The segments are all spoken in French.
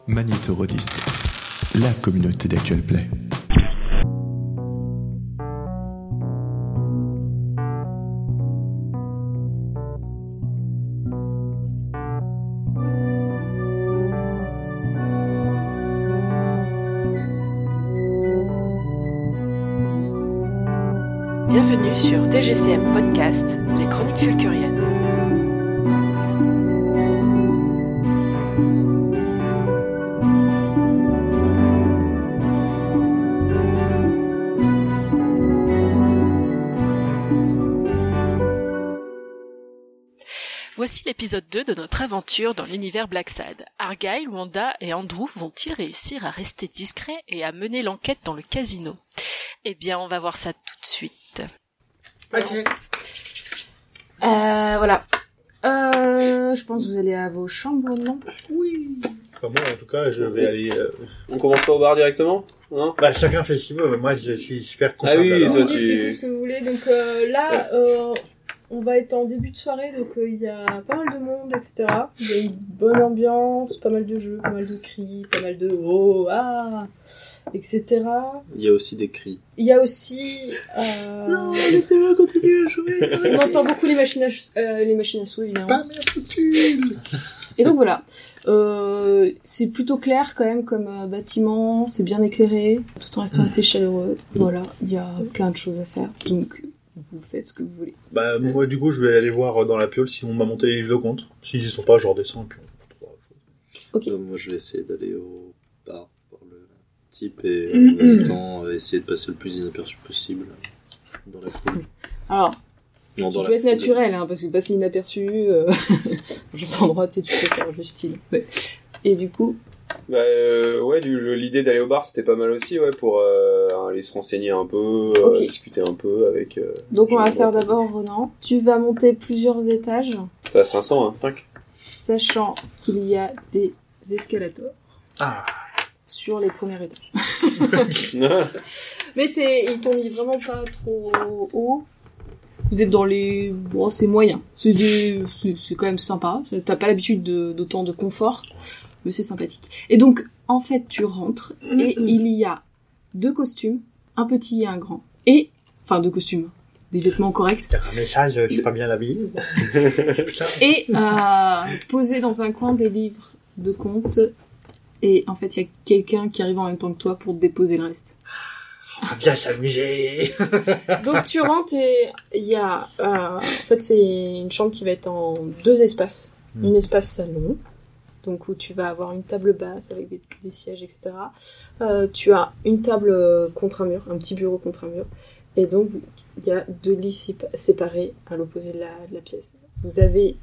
Magnétorodiste, la communauté d'Actuel Play. Bienvenue sur TGCM Podcast, les chroniques fulcuriennes. Voici l'épisode 2 de notre aventure dans l'univers Blacksad. Argyle, Wanda et Andrew vont-ils réussir à rester discrets et à mener l'enquête dans le casino ? Eh bien, on va voir ça tout de suite. Ok. Voilà. Je pense que vous allez à vos chambres, non ? Oui. Enfin, moi, en tout cas, je vais aller... On commence pas au bar directement, hein ? Bah, chacun fait ce qu'il veut, mais moi, je suis super content. Ah oui, alors. toi, Vous dites du coup ce que vous voulez. Donc là, on va être en début de soirée, donc il y a pas mal de monde, etc. Il y a une bonne ambiance, pas mal de jeux, pas mal de cris, pas mal de oh, ah, etc. Il y a aussi des cris. Il y a aussi... Non, laissez-moi continuer à jouer. On entend beaucoup les machines à sous, évidemment. Pas merde futile. Et donc voilà, c'est plutôt clair quand même comme bâtiment, c'est bien éclairé, tout en restant assez chaleureux. Voilà, il y a plein de choses à faire, donc vous faites ce que vous voulez. Bah, moi, du coup, je vais aller voir dans la piole si on m'a monté les livres de compte. S'ils y sont pas, je redescends et puis on trouvera autre chose. Ok. Moi, je vais essayer d'aller au bar voir le type et en même temps essayer de passer le plus inaperçu possible dans la foule. Alors, Non, tu dans peux la être foule. naturel, hein, parce que passer inaperçu, dans ce genre d'endroit, tu sais, tu peux faire juste style. Ouais. Et du coup, Bah ouais, l'idée d'aller au bar c'était pas mal aussi, ouais, pour aller se renseigner un peu, Ok. discuter un peu avec. donc on va gens. faire d'abord Renan. Tu vas monter plusieurs étages, C'est à 500, hein, 5. sachant qu'il y a des escalators Ah. sur les premiers étages. Mais ils t'ont mis vraiment pas trop haut. Vous êtes dans les... Bon, c'est moyen. C'est quand même sympa. T'as pas l'habitude d'autant de confort, mais c'est sympathique. Et donc, en fait, tu rentres et il y a 2 costumes, un petit et un grand. Et... Enfin, 2 costumes. Des vêtements corrects. Il y a un message, je suis pas bien habillé. Putain. Et posé dans un coin des livres de contes. Et en fait, il y a quelqu'un qui arrive en même temps que toi pour te déposer le reste. On va bien s'amuser. Donc tu rentres et il y a... en fait, c'est une chambre qui va être en 2 espaces. Un espace salon, donc où tu vas avoir une table basse avec des sièges, etc. Tu as une table contre un mur, un petit bureau contre un mur. Et donc, il y a 2 lits séparés à l'opposé de la pièce. Vous avez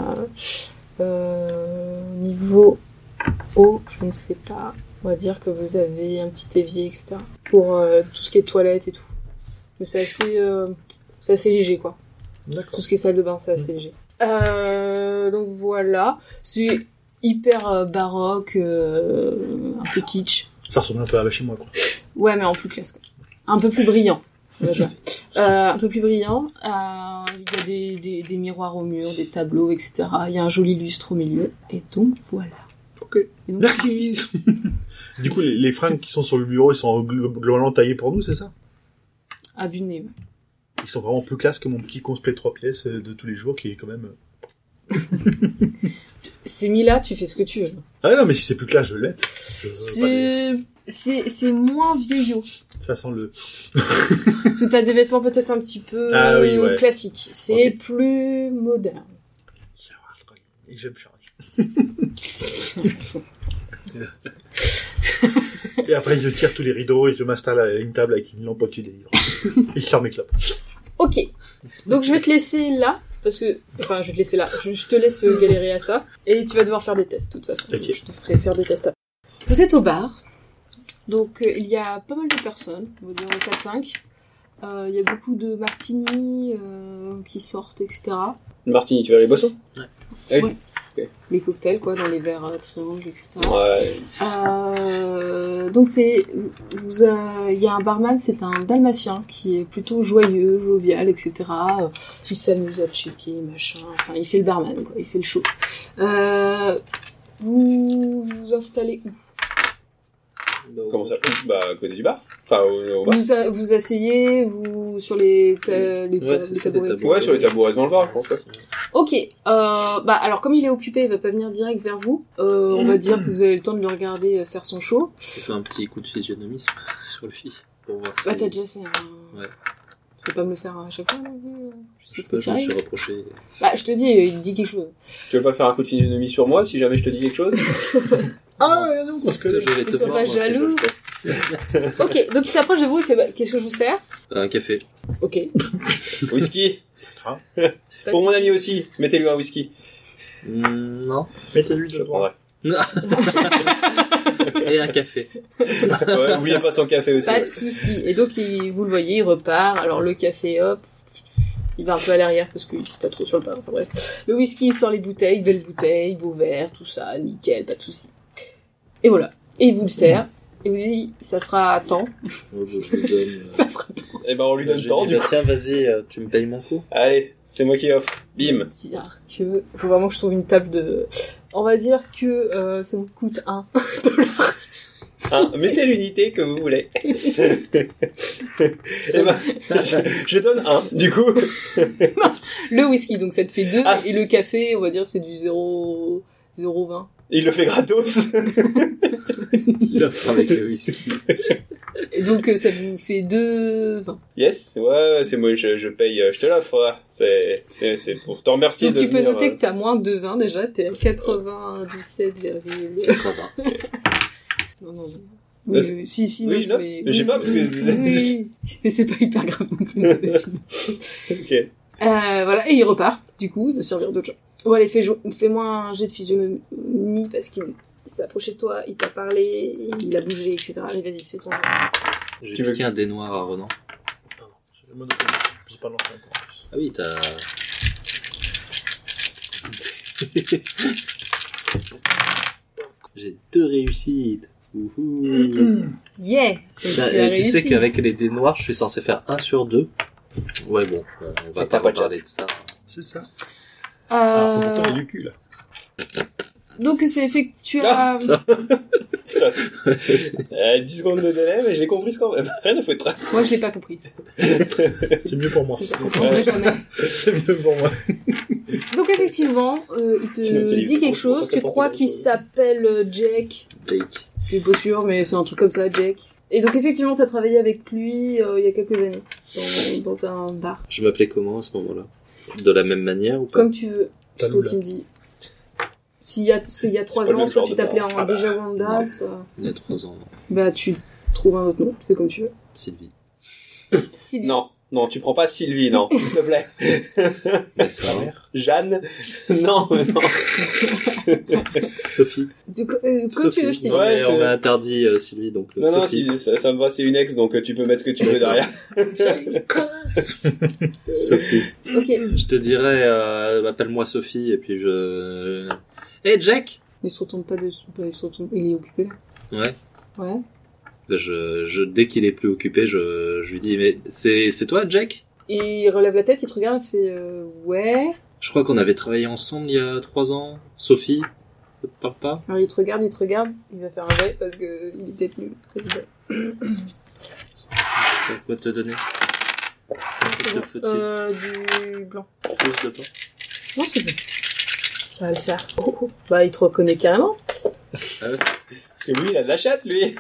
niveau haut, je ne sais pas, on va dire que vous avez un petit évier, etc. Pour tout ce qui est toilette et tout. Mais c'est assez léger, quoi. D'accord. Tout ce qui est salle de bain, c'est assez léger. Donc voilà. C'est hyper baroque, un peu kitsch. Ça ressemble un peu à chez moi, quoi. Ouais, mais en plus classe, quoi. Un peu plus brillant. On va dire. Un peu plus brillant. Il y a des miroirs au mur, des tableaux, etc. Il y a un joli lustre au milieu. Et donc voilà. Ok. Et donc, Merci. Du coup, les fringues qui sont sur le bureau, ils sont globalement taillés pour nous, c'est ça? à vue de nez. Ouais. Ils sont vraiment plus classe que mon petit cosplay 3 pièces de tous les jours, qui est quand même... C'est mis là, tu fais ce que tu veux. Ah non, mais si c'est plus classe, je vais le mettre. Je veux pas C'est moins vieillot. Ça sent le... Parce que t'as des vêtements peut-être un petit peu ouais. classiques. C'est Ok. plus moderne. Et j'aime faire... Et après, je tire tous les rideaux et je m'installe à une table avec une lampe au-dessus des livres. Et je sors mes clopes. Ok. Donc je vais te laisser là. Parce que... Enfin, je vais te laisser là. Je te laisse galérer à ça. Et tu vas devoir faire des tests, de toute façon. Ok. Donc, je te ferai faire des tests après. Vous êtes au bar. Donc il y a pas mal de personnes. On va dire 4-5. Il y a beaucoup de martini qui sortent, etc. Martini, tu veux les boissons? Ouais. Ouais. Les cocktails, quoi, dans les verres triangles, etc. Ouais. Donc il y a un barman, c'est un dalmatien qui est plutôt joyeux, jovial, etc. Qui s'amuse à checker, machin. Enfin, il fait le barman, quoi. Il fait le show. Vous vous installez où? Comment ça? Bah, à côté du bar. Enfin, au bar. Vous asseyez, vous sur les Ouais, c'est ça, tabourets. les tabourets. Ouais, sur les tabourets devant le bar, je pense. Ouais. Ok. Bah alors comme il est occupé, il va pas venir direct vers vous. On va dire que vous avez le temps de le regarder faire son show. Je fais un petit coup de physionomisme sur lui pour voir Bah si... t'as déjà fait. Un... Ouais. Tu peux pas me le faire à chaque fois non plus. Je sais pas, je me suis rapproché. Bah je te dis, il te dit quelque chose. Tu veux pas faire un coup de physionomie sur moi si jamais je te dis quelque chose? Ah, non, parce que... Je vais te Ils sont voir, pas moi, si je jaloux. le fais. Ok, donc il s'approche de vous, il fait bah, qu'est-ce que je vous sers? Un café. Ok. Whisky. Pas Pour de mon soucis. ami aussi, mettez-lui un whisky. Non. Mettez-lui Je dedans. prendrai. Et un café. Ouais, oubliez pas son café aussi. Pas Ouais. de soucis. Et donc vous le voyez, il repart. Alors le café, hop, il va un peu à l'arrière parce qu'il sait pas trop sur le bar. Enfin bref. Le whisky, il sort les bouteilles, belle bouteille, beau verre, tout ça, nickel, pas de soucis. Et voilà. Et il vous le sert. Et vous dit, ça fera tant. Oh, je te donne... Ça fera tant. Eh ben, on lui donne J'ai temps, dit, du bah, coup. tiens, vas-y, tu me payes mon coup. Allez, c'est moi qui offre. Bim. Dire que, faut vraiment que je trouve une table de, on va dire que, ça vous coûte $1. Hein, mettez l'unité que vous voulez. Eh ben, je donne 1, du coup. Le whisky, donc ça te fait 2. Ah. Et le café, on va dire que c'est du 0,20. Il le fait gratos. Il offre avec le whisky. Et donc ça vous fait 2,20. Yes, ouais, c'est moi, je paye, je te l'offre. Ouais. C'est pour te remercier Donc de tu peux venir, noter que t'as moins de 20 déjà, t'es à 97, non. Oui, C'est- si, oui, note, je note. mais... Je sais pas, parce que- Oui, mais c'est pas hyper grave non plus. Sinon. Ok. Voilà, et il repart, du coup, il va servir d'autres gens. Bon, allez, fais-moi un jet de physionomie, parce qu'il s'est approché de toi, il t'a parlé, il a bougé, etc. Allez, vas-y, fais ton jet. J'ai Tu veux piqué un dé noir à Renan. Pardon, c'est le Monopoly. J'ai pas lancé encore. Ah oui, t'as... J'ai 2 réussites. Ouhou. Yeah! Et Tu tu as sais réussi. qu'avec les dés noirs, je suis censé faire 1 sur 2. Ouais, bon, on va Et pas t'as pas de reparler de ça. C'est ça. Ah, Euh, pourtant, il y a du cul, là. donc c'est fait que tu as... Putain. 10 secondes de délai, mais je l'ai compris quand même. Rien à foutre. Moi, je l'ai pas compris. C'est mieux pour moi. Je la comprendrai jamais. C'est mieux pour moi. Donc effectivement, il te Sinon, t'as dit dit- quelque chose. Tu crois qu'il s'appelle Jack. Jake. Je suis pas sûre, mais c'est un truc comme ça, Jack. Et donc effectivement, t'as travaillé avec lui il y a quelques années dans un bar. Je m'appelais comment à ce moment-là? De la même manière ou pas? Comme tu veux. C'est toi Tanoula. qui me dis. Il y a 3 pas le ans, même soit genre tu de t'appelais bar. en déjà Wanda, soit... Il y a 3 ans. Bah tu trouves un autre nom, tu fais comme tu veux. Sylvie. Sylvie. Non, tu prends pas Sylvie, non, s'il te plaît. Mais sa mère. Jeanne. Non. Sophie. Comme Sophie. tu veux, je t'ai dit. Non, mais Ouais, on c'est- m'a interdit Sylvie, donc Non, Sophie. ça me va, c'est une ex, donc tu peux mettre ce que tu veux derrière. Sophie. Ok. Je te dirais, appelle-moi Sophie, et puis je... Hey Jack! Il se retourne pas dessus. Il se retourne... Il est occupé là. Ouais. Ouais. Bah, dès qu'il est plus occupé, je lui dis, mais c'est toi Jack? Et il relève la tête, il te regarde, il fait ouais. Je crois qu'on avait travaillé ensemble il y a 3 ans. Sophie? Ça te parle pas? Alors il te regarde, il va faire un jet parce que il est peut-être nul. Quoi te donner? C'est te bon. faut-il? Du blanc. Plus de temps? Non, c'est bon. Ça va le faire. Oh. Bah, il te reconnaît carrément. Ah ouais? C'est lui, il a de la chatte, lui.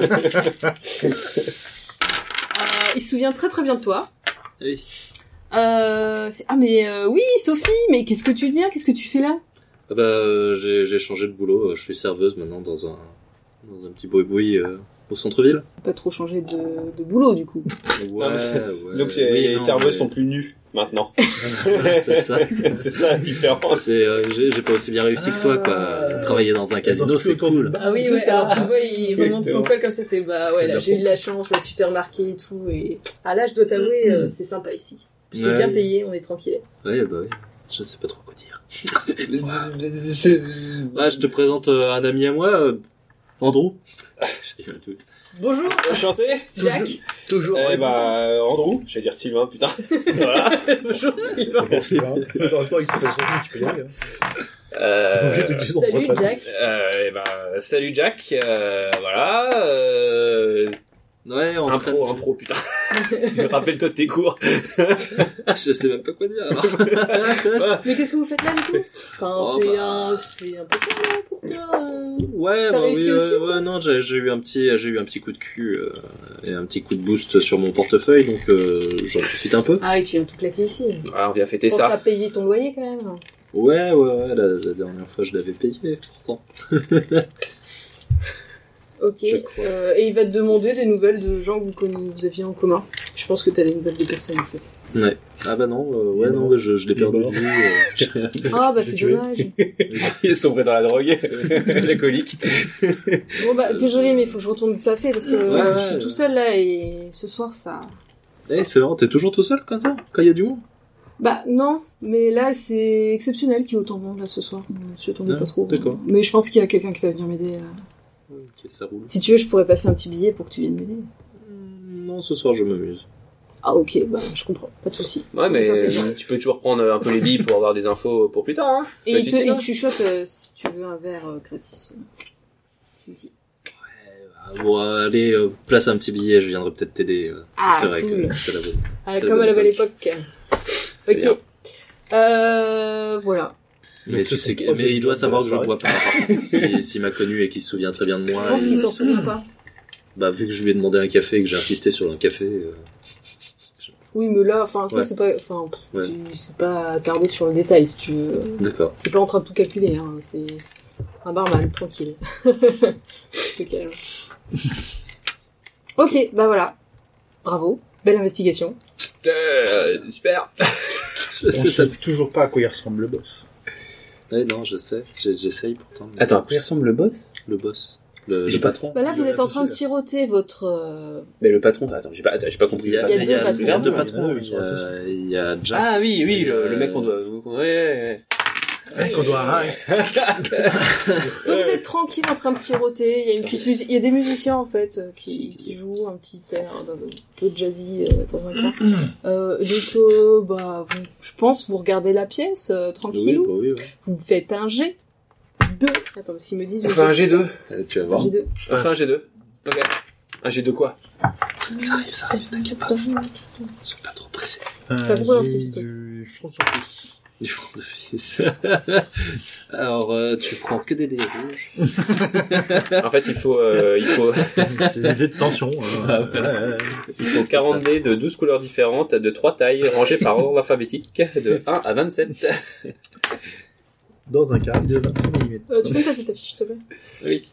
Il se souvient très très bien de toi. Oui. Ah mais oui, Sophie, mais qu'est-ce que tu deviens? Qu'est-ce que tu fais là? Ah bah, j'ai changé de boulot. Je suis serveuse maintenant dans un petit boui-boui au centre-ville. Pas trop changé de boulot du coup. Ouais, mais- ouais. Donc Oui, les non, serveuses mais- sont plus nues, maintenant. C'est ça. C'est ça la différence. C'est, j'ai pas aussi bien réussi que toi, quoi. Travailler dans un casino, c'est cool. Ah oui, ouais, alors tu vois, il remonte son poil comme ça, fait bah ouais, là j'ai eu de la chance, je me suis fait remarquer et tout, et ah là je dois t'avouer, c'est sympa ici. C'est Ouais. bien payé, on est tranquille. Ouais, bah oui. Je sais pas trop quoi dire. C'est- Ouais, je te présente un ami à moi. Andrew. J'ai eu un doute. Bonjour, Enchanté. Jack. Toujours. Andrew, je vais dire Sylvain, putain. Voilà. Bonjour, Sylvain. Bon, c'est bien. En même temps, il s'appelle Sophie, tu peux y aller. Hein. T'es pas obligé de utiliser ton Salut, prénom. Jack. Salut Jack. Voilà. Ouais, Un pro, putain. Rappelle-toi de tes cours. Je sais même pas quoi dire, alors. Mais qu'est-ce que vous faites là, du coup? Enfin, c'est un peu ça, là, pour toi. Ouais, T'as réussi aussi, ouais, non, j'ai eu un petit coup de cul, et un petit coup de boost sur mon portefeuille, donc, j'en profite un peu. Ah oui, tu viens tout claquer ici. Ah, on vient fêter Pense à payer ton loyer, quand même. Ouais, la dernière fois, je l'avais payé, pourtant. Ok. Et il va te demander des nouvelles de gens que vous aviez en commun. Je pense que t'as des nouvelles de personnes, en fait. Ouais. Ah bah non, je l'ai perdu de vue. Ah bah c'est tué. dommage. Il est sombré dans la drogue. L'alcoolique. Bon bah désolé, mais il faut que je retourne tout à fait parce que Ouais. je suis tout seul là et ce soir ça... C'est marrant, t'es toujours tout seul comme ça, quand il y a du monde? Bah non, mais là c'est exceptionnel qu'il y ait autant de monde là ce soir. Je attendais pas trop. d'accord. Mais je pense qu'il y a quelqu'un qui va venir m'aider. Ok, ça roule. Si tu veux, je pourrais passer un petit billet pour que tu viennes m'aider. Non, ce soir, je m'amuse. Ah ok, bah je comprends, pas de souci. Ouais, mais Fais-toi plaisir. tu peux toujours prendre un peu les billes pour avoir des infos pour plus tard, hein. Et Pas il utile, hein. te chuchote si tu veux un verre gratis. Tu me dis. Bon, allez, place un petit billet, je viendrai peut-être t'aider. Ah, c'est vrai cool. que c'était la bonne. Ah, C'était comme la à la bonne belle époque. époque. Bien. Ok. Voilà. Mais tu sais, mais il doit savoir que je bois pas. Par contre. S'il m'a connu et qu'il se souvient très bien de moi. Je pense qu'il s'en souvient pas. Bah, vu que je lui ai demandé un café et que j'ai insisté sur un café. Oui, mais là, enfin, ça Ouais. c'est pas, enfin, Ouais. c'est pas attarder sur le détail si tu veux. D'accord. T'es pas en train de tout calculer, hein. C'est un barman, tranquille. Je te calme. Ok, bah voilà. Bravo. Belle investigation. Super. Je On sais, sait toujours pas à quoi il ressemble le boss. Ouais, non, je sais. J'essaye pourtant. mais- Attends, à quoi il ressemble le boss? Le boss. Le J'ai patron. Bah là, vous Le êtes en train de associé, siroter votre... Mais le patron, attends, j'ai pas compris. Il y a deux patrons. Il y a deux Il y en a patrons. deux, ils sont associés. Il y a Jack. Ah oui, Et, le mec qu'on doit... Ouais. Qu'on doit arrêter. Donc vous êtes tranquille en train de siroter, il y a une petite musique, il y a des musiciens en fait qui jouent un petit air un peu jazzy dans un coin. Donc bah je pense vous regardez la pièce Oui, tranquillou. bah oui. Vous faites un G2. Attends, parce qu'ils me disent Enfin, un G2. Tu vas un voir. G2. Enfin, un G2. Ok. Un G2 quoi? Ça arrive, t'inquiète pas. Ils sont pas trop pressés. Ça comprend aussi, ce truc. Du front sur fils. Du front de fils. Alors, tu prends que des dés rouges. En fait, il faut C'est des dés de tension. il faut 40 dés de 12 couleurs différentes, de 3 tailles, rangées par ordre alphabétique, de 1 à 27. Dans un carré de 26 mm. Tu peux me passer ta fiche, s'il te plaît? Oui.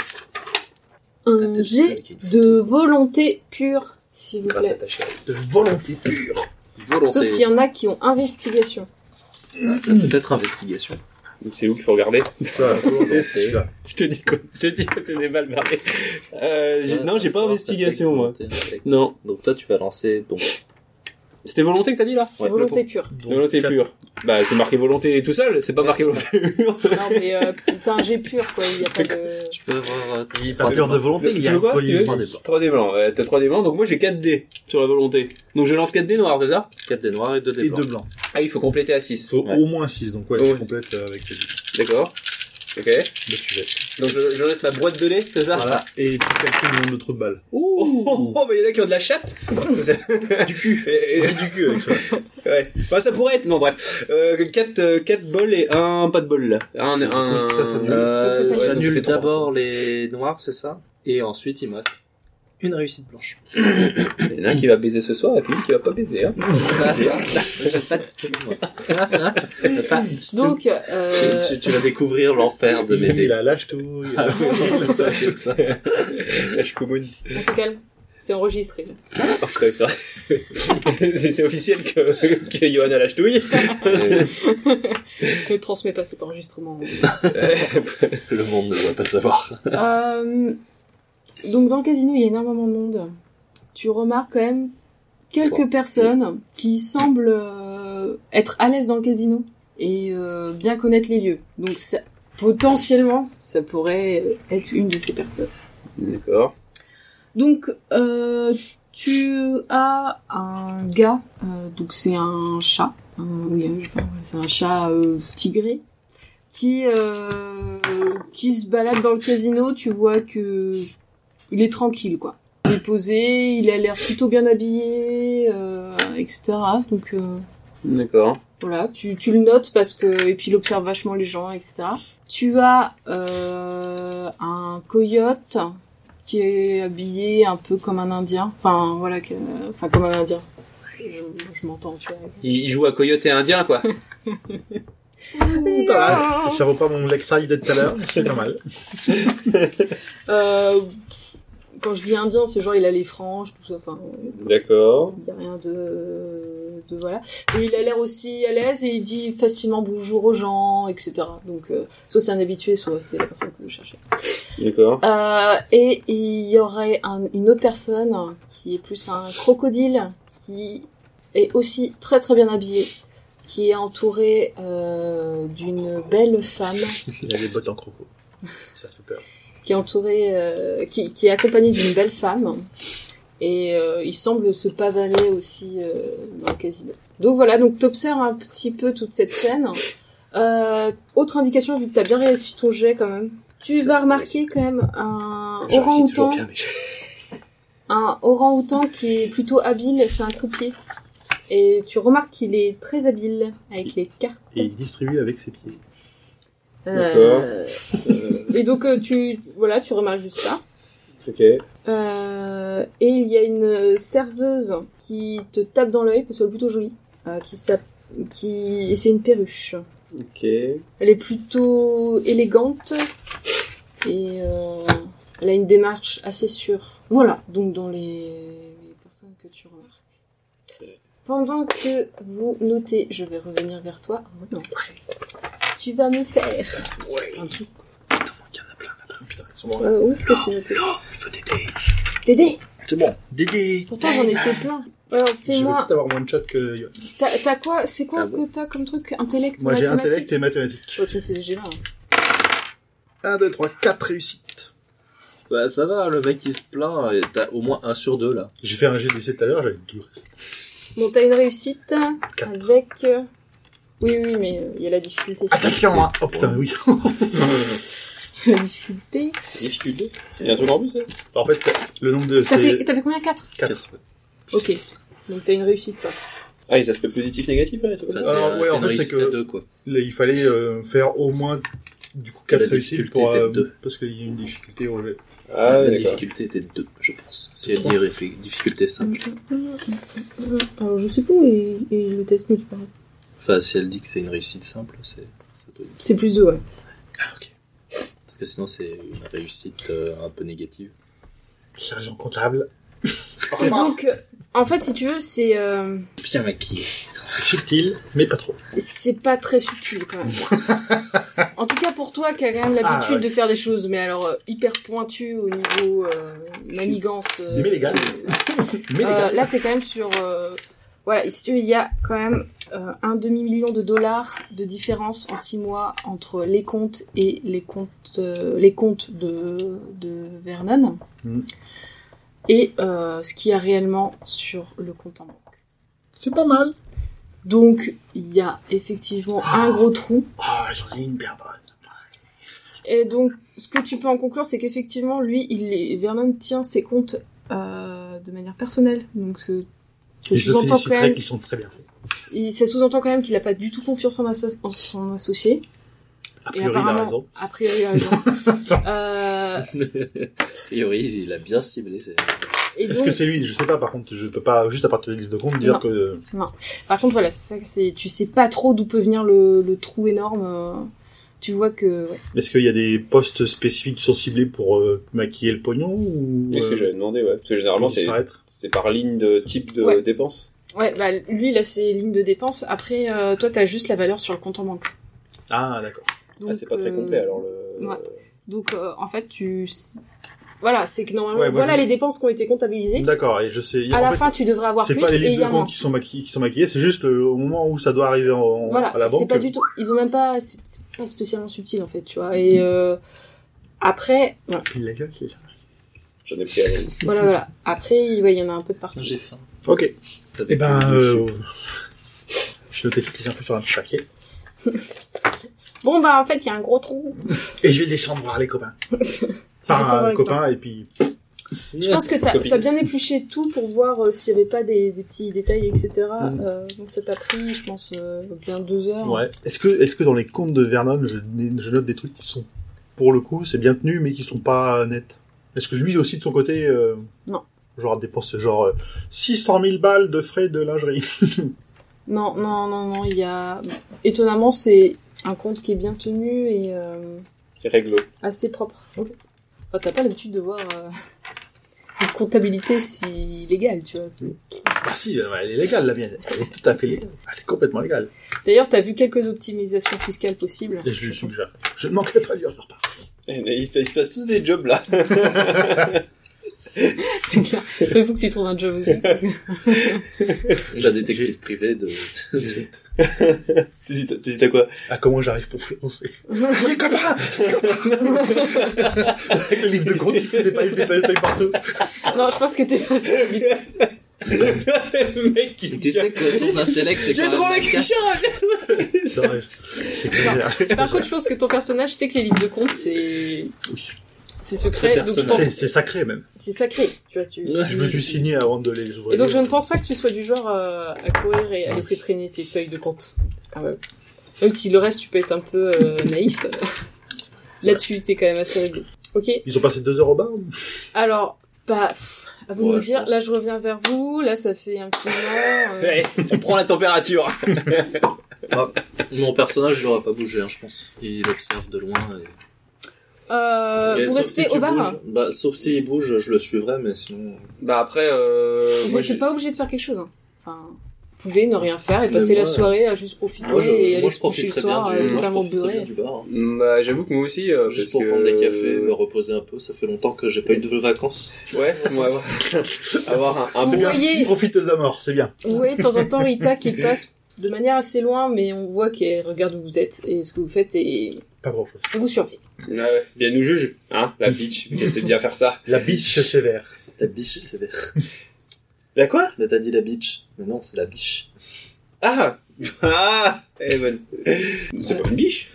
Un T'es le G seul qui a une photo. de volonté pure, s'il vous Grâce à plaît. ta chérie. De volonté pure. Volonté. Sauf s'il y en a qui ont investigation. Peut-être investigation. C'est où qu'il faut regarder? Volonté, c'est celui-là. Je te dis que c'est mal barré. Non, j'ai pas investigation, moi. Volonté. Non. Donc toi, tu vas lancer donc. C'était volonté que t'as dit là? Ouais. Volonté pure. Volonté pure. Bah, c'est marqué volonté tout seul, c'est pas marqué volonté pure. Non, mais c'est un G pur, quoi. Il y a pas de... Je peux avoir. Il est pas pure de volonté, il y Tu a veux un quoi? collier. 3 dés blancs. T'as 3 dés blancs, donc moi j'ai 4 dés sur la volonté. Donc je lance 4 dés noirs, c'est ça? 4 dés noirs et 2 dés Et blancs. 2 blancs. Ah, il faut compléter à 6. Il faut Ouais. au moins 6, donc ouais, Ouais. tu complètes avec les 10. D'accord. Ok. Là, tu jettes. Donc je laisse ma boîte de lait, c'est ça? Voilà. Et tu calcules le nombre de trous de balles. Oh, bah il y en a qui ont de la chatte. Du cul. Et Du cul avec ça. ouais. Bah ça pourrait être. Non bref. 4 bols et un pas de bol là. Un. Oui, ça s'annule. Donc ça s'annule. donc ça J'annule fait 3. d'abord les noirs, c'est ça? Et ensuite, il me reste une réussite blanche. Il y en a un qui va baiser ce soir et puis une qui va pas baiser. Hein. Donc, Tu vas découvrir l'enfer de mes Il dés. a lâche tout. Ah oui, ça va être ça. Lâche commune. on se calme. C'est enregistré. là. Okay, ça. C'est officiel que Johan a la ch'touille. Ne transmets pas cet enregistrement. Le monde ne doit pas savoir. Donc, dans le casino, il y a énormément de monde. Tu remarques quand même quelques personnes qui semblent être à l'aise dans le casino et bien connaître les lieux. Donc, potentiellement, ça pourrait être une de ces personnes. D'accord. Donc, tu as un gars, donc c'est un chat, c'est un chat tigré, qui se balade dans le casino. Tu vois que il est tranquille, quoi. Il est posé, il a l'air plutôt bien habillé, etc. Donc, D'accord. voilà, tu le notes parce que, et puis il observe vachement les gens, etc. Tu as un coyote qui est habillé un peu comme un Indien. Enfin, voilà, comme un Indien. Je m'entends, tu vois. Il joue à coyote et indien, quoi. Pas mal. Ça reprend mon l'extrail de tout à l'heure, c'est pas mal. Quand je dis indien, c'est genre il a les franges, tout ça. Enfin, D'accord. il y a rien de voilà. Et il a l'air aussi à l'aise et il dit facilement bonjour aux gens, etc. Donc, soit c'est un habitué, soit c'est la personne que vous cherchez. D'accord. Et il y aurait une autre personne qui est plus un crocodile, qui est aussi très très bien habillé, qui est entouré d'une belle femme. Il a des bottes en croco. Ça fait peur. Qui est entouré, qui est accompagné d'une belle femme, et il semble se pavaner aussi dans le casino. Donc voilà, donc t'observes un petit peu toute cette scène. Autre indication, vu que t'as bien réussi ton jet quand même, tu vas remarquer quand même un orang-outan qui est plutôt habile, c'est un croupier. Et tu remarques qu'il est très habile avec les cartes. Et il distribue avec ses pieds. D'accord. Et donc tu remarques juste ça. Ok. Et il y a une serveuse qui te tape dans l'œil parce qu'elle est plutôt jolie, et c'est une perruche. Ok. Elle est plutôt élégante et elle a une démarche assez sûre. Voilà, donc dans les personnes que tu remarques. Pendant que vous notez, je vais revenir vers toi. Oh non. Tu vas me faire un truc. Il y en a plein là-bas. Putain, ils sont bons. Où est-ce que c'est noté? Il faut t'aider. Dédé. C'est bon. Dédé. Pourtant j'en ai fait plein. Alors Je vais fais-moi. peut-être avoir moins de chat que... T'as quoi? C'est quoi que t'as comme truc? Intellect, Moi j'ai mathématiques? intellect et mathématiques. Oh, tu me fais ce jet-là. 1, 2, 3, 4 réussites. Bah ça va, le mec il se plaint, et t'as au moins 1 sur 2 là. J'ai fait un jet d'essai tout à l'heure, j'avais 2 réussites. Bon, t'as une réussite 4. avec... Oui, mais il y a la difficulté. Attention, hein. Oh putain, oui. La difficulté... Difficulté. Il y a un truc en plus, ça? En fait, le nombre de... T'as fait combien? 4? 4. Ok. Donc t'as une réussite, ça. Ah, les aspects positifs, négatifs, ouais, c'est Enfin, ça. Ah, ouais, c'est en une fait, c'est réussite que- à 2 quoi. Là, il fallait faire au moins du coup 4 La réussites difficulté pour... était de 2. parce qu'il y a une difficulté au jet. Ah, La d'accord. difficulté était de 2, je pense. Si elle dit difficulté simple. Alors je sais pas, et le test nous, c'est pas grave. Enfin, si elle dit que c'est une réussite simple, ça doit être... C'est plus 2, ouais. Ah, ok. Parce que sinon, c'est une réussite un peu négative. Sergent comptable. Et donc, en fait, si tu veux, c'est Bien maquillé. C'est subtil, mais pas trop. pas très subtil, quand même. En tout cas, pour toi, qui a quand même l'habitude ouais. de faire des choses, mais alors hyper pointues au niveau manigance. Mais légal. Mais légal. Là, t'es quand même sur... voilà, et si tu veux, il y a quand même un demi-million de dollars de différence en 6 mois entre les comptes et les comptes de Vernon. Mm. Et ce qu'il y a réellement sur le compte en banque. C'est pas mal. Donc, il y a effectivement un gros trou. Ah, j'en ai une bien bonne. Et donc, ce que tu peux en conclure, c'est qu'effectivement, lui, Vernon tient ses comptes de manière personnelle. Donc, ça Et je le sous-entend quand féliciterai même... qu'ils sont très bien faits. Ça sous-entend quand même qu'il n'a pas du tout confiance en son associé. A Et priori, il a apparemment, raison. a priori, il a raison. A priori, il a bien ciblé. Et Est-ce donc, que c'est lui? Je sais pas, par contre, je peux pas, juste à partir des listes de compte, dire Non. que... par contre, voilà, c'est ça que c'est. Tu sais pas trop d'où peut venir le trou énorme. Tu vois que. Ouais. Est-ce qu'il y a des postes spécifiques qui sont ciblés pour maquiller le pognon ou... C'est ce que j'avais demandé, ouais. Parce que généralement, pour disparaître c'est par ligne de type de Ouais. dépense. Ouais, bah lui, il a ses lignes de dépenses. Après, toi, t'as juste la valeur sur le compte en banque. Ah, d'accord. Donc, Ah, c'est pas très complet, alors le... ouais. Donc, en fait, Voilà, c'est que normalement, Ouais, moi, voilà les dépenses qui ont été comptabilisées. D'accord, et je sais. À en la fait, fin, tu devrais avoir c'est plus pas les et il livres y de a moins. compte qui sont maquillés, c'est juste au moment où ça doit arriver Voilà, à la banque. c'est pas du tout. Ils ont même pas. C'est pas spécialement subtil en fait, tu vois. Et après, voilà. Illégal. J'en ai pris à la Voilà. Après, ouais, il y en a un peu de partout. J'ai faim. Ok. T'as des Eh ben, coups de sucre. je notais toutes les infos sur un papier. Bon, bah, en fait, il y a un gros trou. Et je vais descendre voir les copains. Enfin, un copain, et puis... Je pense que t'as bien épluché tout pour voir s'il y avait pas des petits détails, etc. Donc ça t'a pris, je pense, bien 2 heures. Ouais. Est-ce que dans les contes de Vernon, je note des trucs qui sont, pour le coup, c'est bien tenu, mais qui sont pas nets? Est-ce que lui aussi, de son côté... Non. Genre, dépense 600 000 balles de frais de lingerie. Non, il y a... Étonnamment, c'est un compte qui est bien tenu et réglo. assez propre. Okay. Enfin, t'as pas l'habitude de voir une comptabilité si légale, tu vois. Ah si, elle est légale, la mienne. Elle est tout à fait légale. Elle est complètement légale. D'ailleurs, t'as vu quelques optimisations fiscales possibles. Et je lui suggère. Je ne manquerai pas de lui en faire part. Il se passe tous des jobs, là. C'est clair. Il faut que tu trouves un job aussi. La détective privée de... T'hésites à quoi? Ah, comment j'arrive pour financer? Les copains! Avec le livre de compte qui fait des pailles partout. Non, je pense que t'es pas sûr. Le mec qui... Tu sais que ton intellect, c'est J'ai quand trouvé même... quelque chose! C'est vrai. Par contre, je pense que ton personnage sait que les livres de compte, c'est... Oui. C'est secret, donc je personnel. pense... C'est sacré, même. C'est sacré, tu vois. Je me suis signé avant de les ouvrir. Et donc je ne pense pas que tu sois du genre à courir et à laisser traîner tes feuilles de compte, quand même. Même si le reste, tu peux être un peu naïf. Là-dessus, t'es quand même assez réglé. Ok. Ils ont passé 2 heures au bar? Alors, bah, à vous de Ouais, me je dire. pense. Là, je reviens vers vous. Là, ça fait un petit moment. Ouais, on prend la température. Mon personnage, il aura pas bougé, je pense. Il observe de loin et... Et Vous sauf restez si tu au bar. bouges. Bah, sauf s'il bouge, je le suivrai, mais sinon... Bah après, Vous moi, n'êtes pas obligé de faire quelque chose. Hein. Enfin, vous pouvez ne rien faire et passer moi, la soirée à juste profiter Moi, et je aller se coucher le profiterai soir bien totalement du beurré. bar. Bah, j'avoue que moi aussi, Juste parce pour que... prendre des cafés, me reposer un peu. Ça fait longtemps que j'ai pas eu de vacances. Ouais, avoir un Vous bon... bien. voyez- Profiteuse à mort, c'est bien. Vous voyez de temps en temps Rita qui passe de manière assez loin, mais on voit qu'elle regarde où vous êtes et ce que vous faites et Pas grand chose. elle vous surveille. Ouais, bien nous juge, hein, la bitch, elle sait bien faire ça. La biche sévère. La biche sévère. La quoi? Là, t'as dit la bitch. Mais non, c'est la biche. Ah! Ah! Elle est bonne. C'est pas une biche.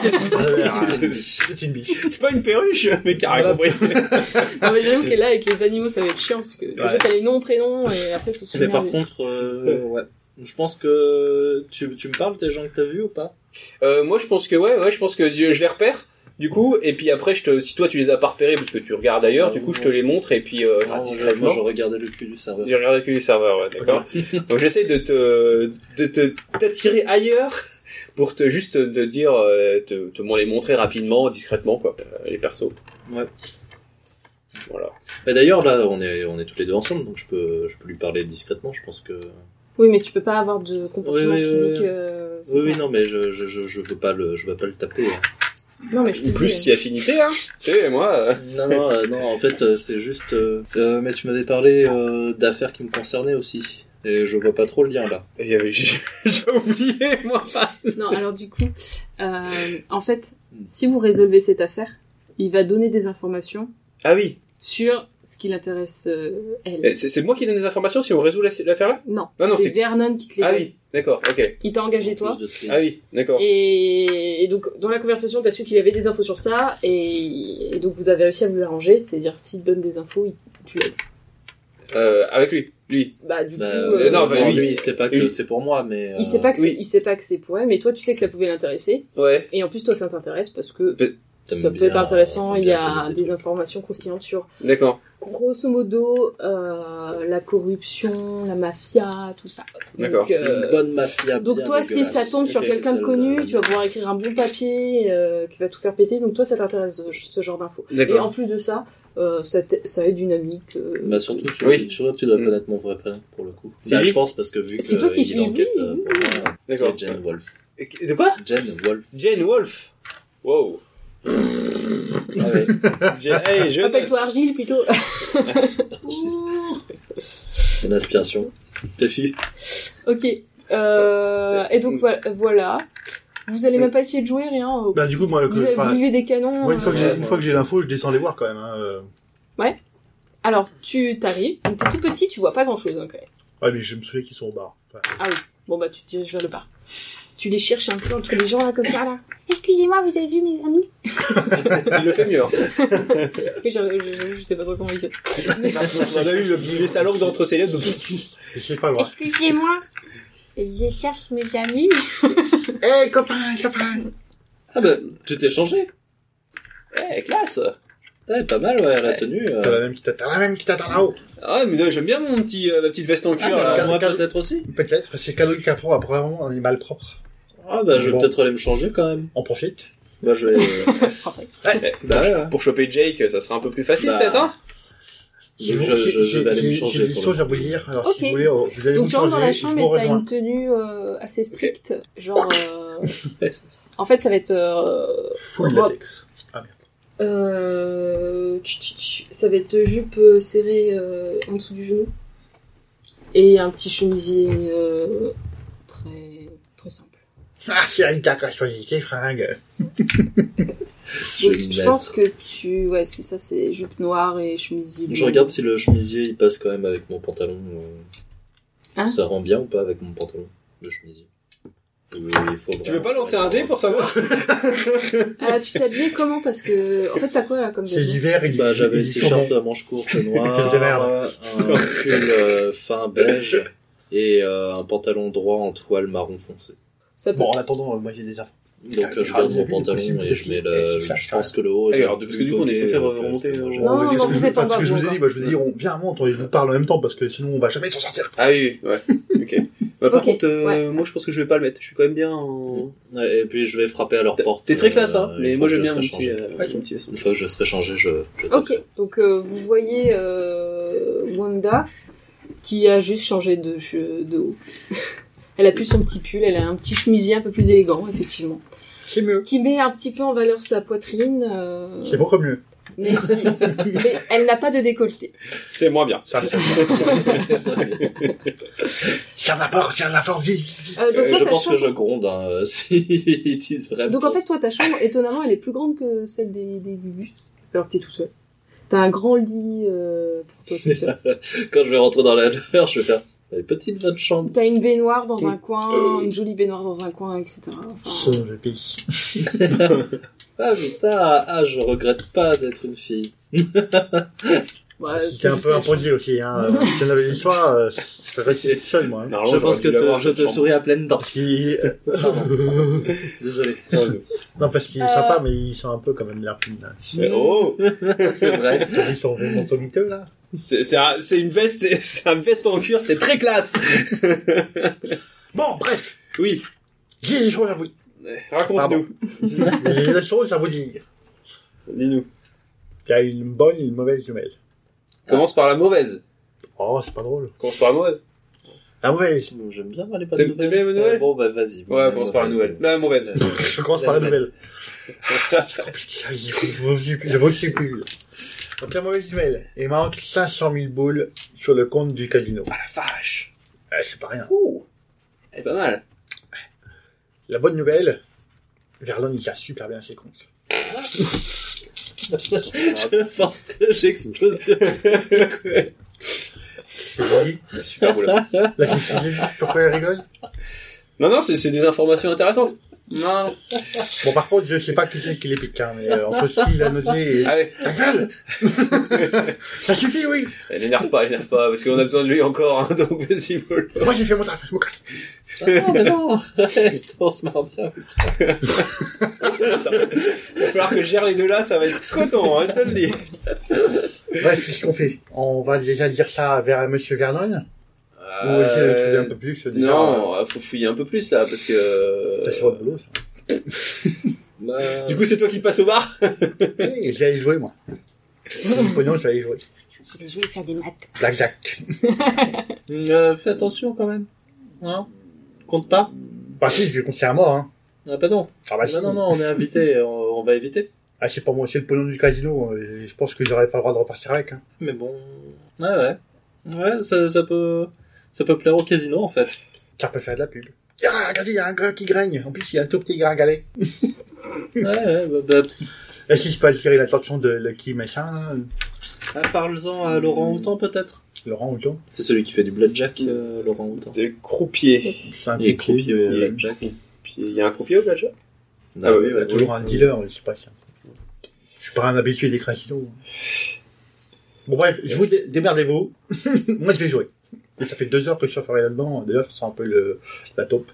C'est une biche. C'est pas une perruche, mais carré compris. Non mais j'avoue que là avec les animaux ça va être chiant parce que déjà t'as les noms, prénoms et après faut se Mais souvenir. par des- contre, ouais. Je pense que... Tu me parles des gens que t'as vus ou pas? Moi, je pense que ouais, je pense que je les repère. Du coup, et puis après, si toi tu les as pas repérés parce que tu regardes ailleurs, du coup, je te les montre et puis, discrètement. Moi, je regardais le cul du serveur. J'ai regardé plus les serveurs, ouais, d'accord. Donc j'essaie de t'attirer ailleurs pour juste te dire, te les montrer rapidement, discrètement, quoi, les persos. Ouais. Voilà. Mais d'ailleurs, là, on est tous les deux ensemble, donc je peux lui parler discrètement. Je pense que... Oui mais tu peux pas avoir de comportement Oui, physique. c'est Oui, ça. non, mais je veux pas le taper. Hein. Non mais je te Ou plus dis, si affinité, hein. Tu sais, moi. Non, en fait, c'est juste... mais tu m'avais parlé d'affaires qui me concernaient aussi. Et je vois pas trop le lien, là. J'ai oublié, moi. Non, alors du coup, en fait, si vous résolvez cette affaire, il va donner des informations Ah oui. sur ce qui l'intéresse, elle. C'est moi qui donne des informations si on résout l'affaire là? Non, non, c'est c'est- Vernon qui te les Ah donne. oui, d'accord, ok. Il t'a engagé toi. Ah oui, d'accord. Et donc, dans la conversation, t'as su qu'il avait des infos sur ça, et donc vous avez réussi à vous arranger, c'est-à-dire s'il donne des infos, tu l'aides. Avec lui. Bah, du coup, non, enfin, lui, il sait pas que oui. c'est pour moi, mais... il sait pas que oui. il sait pas que c'est pour elle, mais toi, tu sais que ça pouvait l'intéresser, Ouais. et en plus, toi, ça t'intéresse parce que T'aimes ça peut bien- être intéressant, t'aimes il y bien a connaître des des trucs. informations croustillantes sur D'accord. grosso modo, la corruption, la mafia, tout ça. D'accord. Donc, Une bonne mafia. donc bien toi, si dégueulasse. ça tombe sur Ok, quelqu'un de celle connu, de- tu vas pouvoir écrire un bon papier qui va tout faire péter. Donc toi, ça t'intéresse ce genre d'infos. Et en D'accord. plus de ça, ça aide une amie que... Bah surtout, tu dois connaître mon vrai prénom, pour le coup. C'est Bah, lui je pense, parce que vu que C'est toi qui il suis, enquête oui, pour moi, D'accord. c'est Jane Wolf. De quoi? Jane Wolf. Jane Wolf. Wow. ouais. Hey, je Appelle-toi Argile plutôt. Une inspiration. T'as vu? Ok. Et donc voilà. Vous allez même pas essayer de jouer, rien. Bah, du coup, moi, Vous vivez des canons. moi, une fois que j'ai l'info, je descends les voir quand même, Ouais. Alors, tu t'arrives, donc t'es tout petit, tu vois pas grand-chose, hein, quand même. Ouais, mais je me souviens qu'ils sont au bar. Enfin, Ah oui. Bon, bah, tu te diriges vers le bar. Tu les cherches un peu entre les gens, là, comme ça, là. Excusez-moi, vous avez vu mes amis? Il le fait mieux. Hein. Je sais pas trop comment il fait. On a eu sa langue d'entre ses lèvres. je sais pas, moi. Excusez-moi. Je cherche mes amis. Hey, copain! Ah bah, tu t'es changé. Ouais, classe. Ouais, pas mal, ouais, la tenue. T'as la même qui t'attend là-haut. Ah, mais non, j'aime bien ma petite veste en cuir. là. Moi peut-être aussi. Peut-être, parce que c'est cadeau du capron, après, vraiment, un animal propre. Ah bah, je vais Bon. peut-être aller me changer quand même. On profite. Bah, je vais... Bah, ouais. pour choper Jake, ça sera un peu plus facile, Bah, peut-être, hein? Je vais aller me changer. J'ai des choses à vous dire, alors Ok. si vous voulez, vous allez Donc vous tu rentres dans la changer, je chambre vous et t'as rejoins. une tenue assez stricte. Genre... Ouais, c'est ça. En fait, ça va être... Full robe. latex. Ah, merde. Ça va être jupe serrée en dessous du genou. Et un petit chemisier très, très simple. Ah, c'est Rita qui a choisi, quelle fringue. Donc, je pense que ouais, c'est ça, c'est jupe noire et chemisier. Je regarde si le chemisier il passe quand même avec mon pantalon. Hein Ça rend bien ou pas avec mon pantalon, le chemisier. Il faut Tu veux pas lancer un dé pour savoir? Tu t'es habillé comment? Parce que, en fait, t'as quoi là comme C'est habit? l'hiver, Bah, j'avais il un t-shirt à manches courtes noir, Quelle merde. un pull fin beige et un pantalon droit en toile marron foncé. Ça peut. Bon, en attendant, moi j'ai des infos. Donc je garde mon pantalon et je mets je pense que le haut. Alors, parce que du coup, on est censé remonter. Non, mais non, vous êtes en bas, ce que je vous, vous ai dit, encore. moi je vous ai dit, viens, monte, je vous parle en même temps, parce que sinon on va jamais s'en sortir. Ah oui, ouais. Ok. Bah, par Ok, contre, ouais. moi, je pense que je vais pas le mettre. Je suis quand même bien en... Ouais, et puis je vais frapper à leur porte. T'es très classe, hein. une Mais fois moi, que j'aime je bien serai mon changé. petit veston. Une fois que je serai changé, je Ok, donc vous voyez Wanda qui a juste changé de haut. Elle a plus son petit pull, elle a un petit chemisier un peu plus élégant, effectivement. C'est mieux. Qui met un petit peu en valeur sa poitrine, C'est beaucoup mieux. mais elle n'a pas de décolleté. C'est moins bien. Ça m'apporte, tiens, la force, vite. Donc toi, je ta pense que chambre... je gronde s'ils disent vraiment. Donc en fait, toi, ta chambre, étonnamment, elle est plus grande que celle des Gugus, alors que t'es tout seul. T'as un grand lit pour toi tout seul. Quand je vais rentrer dans la leur, je vais faire une petite votre chambre. T'as une baignoire dans un coin, une jolie baignoire dans un coin, etc. Enfin, Le pays. Ah putain, je regrette pas d'être une fille. ouais, C'était un juste peu la imposé aussi, hein. Si tu en avais l'histoire, je serais resté seul, moi. hein. Normalement, Je pense que j'aurais dû l'avoir, je cette te chambre. souris à pleines dents. Parce qu'il... Désolé. non, parce qu'il est sympa, mais il sent un peu quand même l'air plus, là. Mais oh! C'est vrai. T'as vu son manteau miteux, là? C'est une veste, c'est une veste en cuir, c'est très classe! Bon, bref. Oui. J'ai des choses à vous dire. Raconte-nous. J'ai des choses à vous dire. Dis-nous. Il y a une bonne et une mauvaise nouvelle. Commence par la mauvaise. Oh, c'est pas drôle. Commence par la mauvaise. La mauvaise. J'aime bien les pas de T'aimes bien les nouvelles? Bon, bah vas-y. Ouais, commence par la nouvelle. La mauvaise. Je commence par la nouvelle. C'est compliqué, je vous suis plus. Donc la mauvaise nouvelle, il manque 500 000 boules sur le compte du casino. Ah la vache. C'est pas rien. Ouh. Elle est pas mal. La bonne nouvelle, Vernon il tient super bien ses comptes. Je pense que j'explose de... C'est joli. Super boule. Là, c'est juste pourquoi elle rigole. Non, c'est des informations intéressantes. Non. Bon, par contre, je sais pas qui c'est qui les pique, hein, mais entre ce qu'il a noté et... Ah ouais. Ta gueule. Ça suffit, oui. Elle énerve pas, parce qu'on a besoin de lui encore, hein, donc vas-y, mollo. Moi, j'ai fait mon taf, je me casse. Ah, mais non. Reste, on se marre bien. Il va falloir que je gère les deux là, ça va être coton, hein, je te le dis. Bref, qu'est-ce qu'on fait? On va déjà dire ça vers Monsieur Vernon? Ou essayer de trouver un peu plus, déjà. Non, faut fouiller un peu plus là, parce que... T'as sur le boulot, ça. Bah... Du coup, c'est toi qui passes au bar? Oui, j'allais jouer, moi. Le pognon, j'allais jouer. je vais jouer faire des maths. Blackjack. Fais attention quand même. Hein? Compte pas. Bah si, je vais conseiller à moi, hein. Ah bah non. Ah bah si. Non, on est invité, on va éviter. Ah, c'est pas moi, c'est le pognon du casino. Je pense que j'aurais pas le droit de repartir avec. Hein. Mais bon... Ouais, ça peut plaire au casino, en fait. Ça peut faire de la pub. Ah, regardez, il y a un gars qui graine. En plus, il y a un tout petit gringalet. Et si je peux attirer l'attention de Lucky machin, là. Parle-en à Laurent Houtan, peut-être. Laurent Houtan. C'est celui qui fait du blackjack, Laurent Houtan. C'est le croupier. C'est un Il est croupier au blackjack. Il y a un croupier au blackjack? Ah oui, il y a toujours un dealer, je sais pas si. Je suis pas un habitué des casinos. Bon bref, je vous démerdez-vous. Moi je vais jouer. Et ça fait 2 heures que je suis enfermé là-dedans. D'ailleurs, ça sent un peu la taupe.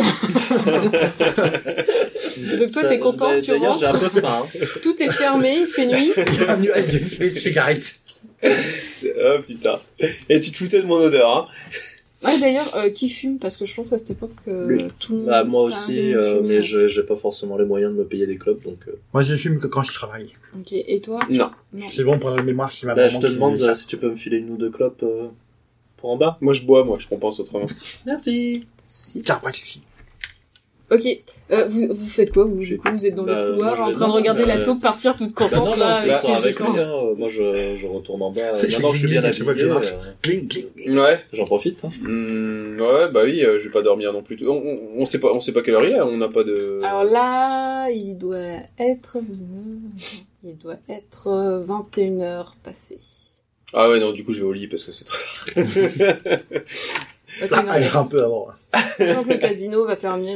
Donc toi, t'es content, tu rentres. J'ai un peu faim. Tout est fermé, il fait nuit. Il y a un nuage de cigarettes. Oh putain. Et tu te foutais de mon odeur, hein. Ah d'ailleurs, qui fume? Parce que je pense à cette époque tout le monde... Bah moi aussi, mais j'ai pas forcément les moyens de me payer des clopes, donc... Moi je fume que quand je travaille. Ok, et toi? Non. C'est bon pour la mémoire, si ma Bah maman je te qui demande dit ça. si tu peux me filer 1 ou 2 clopes pour en bas. Moi je bois, je compense autrement. Merci. Souci. Car pas de soucis. Ok, vous faites quoi? Vous êtes dans le couloir en train de regarder la taupe partir toute contente là je avec sors ses avec jetons. lui, hein. Moi je retourne en bas. C'est Maintenant que je suis bien à chaque fois que je habillé, marche. Cling, cling, cling. Ouais. j'en profite. Hein. Ouais, bah oui, je vais pas dormir non plus. On sait pas quelle heure il est, on n'a pas de... Alors là, il doit être 21h passé. Ah ouais, non, du coup je vais au lit parce que c'est trop tard. Ah, il est un peu avant. Sachant que le casino va fermer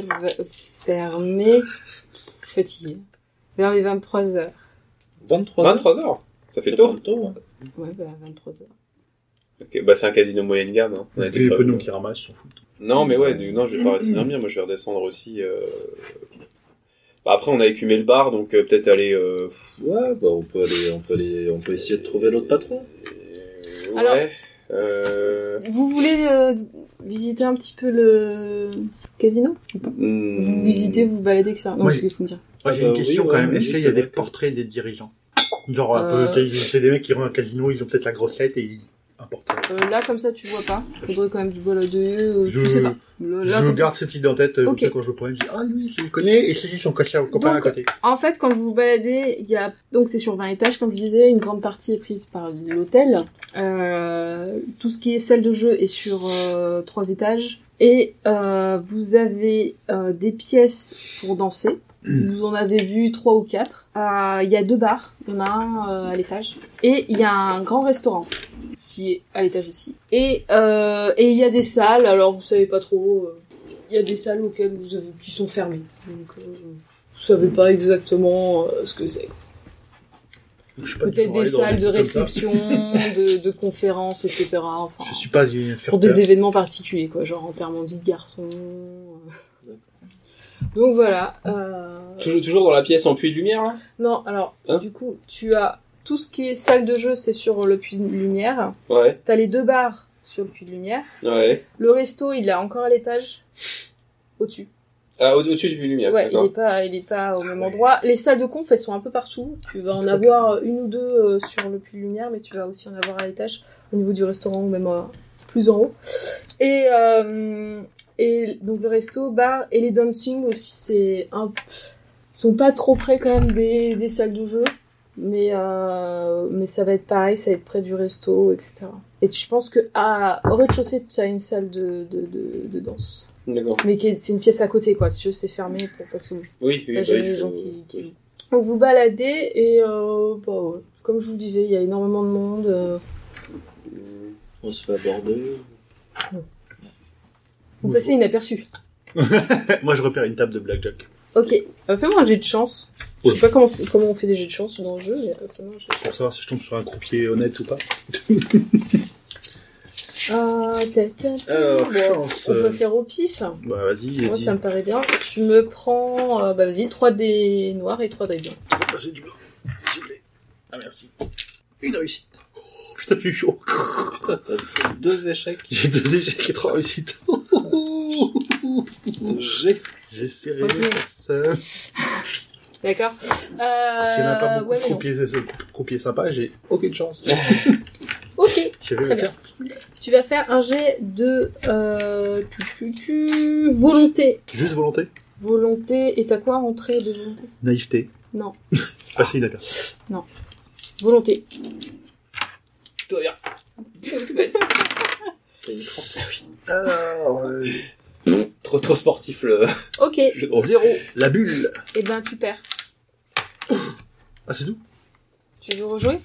fatigué vers les 23h. 23h. Ça fait tôt. Hein. Ouais, bah 23h. Ok, bah c'est un casino moyenne gamme. Hein. On a Et été les preuves. pognon qui ramassent, s'en foutent. Non, mais ouais, non, je vais pas rester dormir. Moi, je vais redescendre aussi. Bah, après, on a écumé le bar, donc peut-être aller. Ouais, bah on peut essayer de trouver l'autre patron. Alors, Ouais. Vous voulez visiter un petit peu le casino ou pas? Vous visitez, vous baladez, etc. Non, Ouais. c'est ce qu'il faut me dire. Moi j'ai une question oui, quand même. oui, Est-ce qu'il y c'est a des vrai que- portraits des dirigeants? Genre un peu, c'est des mecs qui rentrent au casino, ils ont peut-être la grossette et ils... Un portrait. Là, comme ça, tu vois pas. Faudrait quand même du balader. Tu Je- sais pas. Là, Je comme garde cette idée en tête, Ok. comme ça, quand je le prends, je dis, ah lui, je le connais, et c'est son copain à Donc, côté. En fait, quand vous vous baladez, il y a donc c'est sur 20 étages, comme je disais, une grande partie est prise par l'hôtel. Tout ce qui est salle de jeu est sur 3 étages, et vous avez des pièces pour danser. Vous en avez vu 3 ou 4. Il y a 2 bars, il y en a un à l'étage, et il y a un grand restaurant qui est à l'étage aussi. Et il y a des salles, alors vous savez pas trop. Il y a des salles auxquelles qui sont fermées. Donc, vous savez pas exactement ce que c'est. Je suis pas du Peut-être genre des allé dans salles des de trucs comme ça. réception, de conférences, etc. Enfin, Je suis pas une pour des événements particuliers, quoi, genre enterrement de vie de garçon. Donc voilà. Toujours dans la pièce en puits de lumière, là. Non, alors, Hein du coup, tu as tout ce qui est salle de jeu, c'est sur le puits de lumière. Ouais, T'as les 2 bars sur le puits de lumière. ouais. Le resto, il est encore à l'étage, au-dessus. Ah, au-dessus du puits de lumière. Ouais, d'accord. il est pas au même endroit. Les salles de conf, elles sont un peu partout. Tu vas en avoir 1 ou 2 sur le puits de lumière, mais tu vas aussi en avoir à l'étage, au niveau du restaurant ou même plus en haut. Et donc le resto, bar et les dancing aussi, ils sont pas trop près quand même des salles de jeu, mais ça va être pareil, ça va être près du resto, etc. Et je pense que au rez-de-chaussée, tu as une salle de danse. D'accord. Mais c'est une pièce à côté, quoi. Si tu veux, c'est fermé parce que Oui, là, j'ai les gens qui jouent. Donc vous baladez et ouais. Comme je vous le disais, il y a énormément de monde. On se fait aborder. Vous passez inaperçu. Moi, je repère une table de blackjack. Ok, fais-moi un jet de chance. Je sais pas comment on fait des jets de chance dans le jeu, mais fais-moi un jet de chance. Pour savoir si je tombe sur un croupier honnête ou pas. Alors, chance. on peut faire au pif. Bah, vas-y, Moi, dis. ça me paraît bien. Tu me prends, vas-y, 3 dés noirs et 3 dés blancs. Passer du blanc. S'il vous plaît. Ah, merci. Une réussite. Oh, putain, je suis chaud. Putain, t'as 2 échecs. J'ai 2 échecs et 3 réussites. G. J'ai serré Ok. ça. D'accord. S'il n'y en a pas beaucoup ouais, de mais non. croupiers sympas, j'ai aucune chance. Ok, Je vais très le bien. faire. Tu vas faire un jet de volonté. Juste volonté. Volonté, et t'as quoi, entrée de volonté? Naïveté. Non. Facile à perdre. Volonté. Tout va bien. Alors, Trop sportif le Ok. jeu de rôle. 0, la bulle. Eh ben, tu perds. Ah, c'est tout? Tu veux rejouer?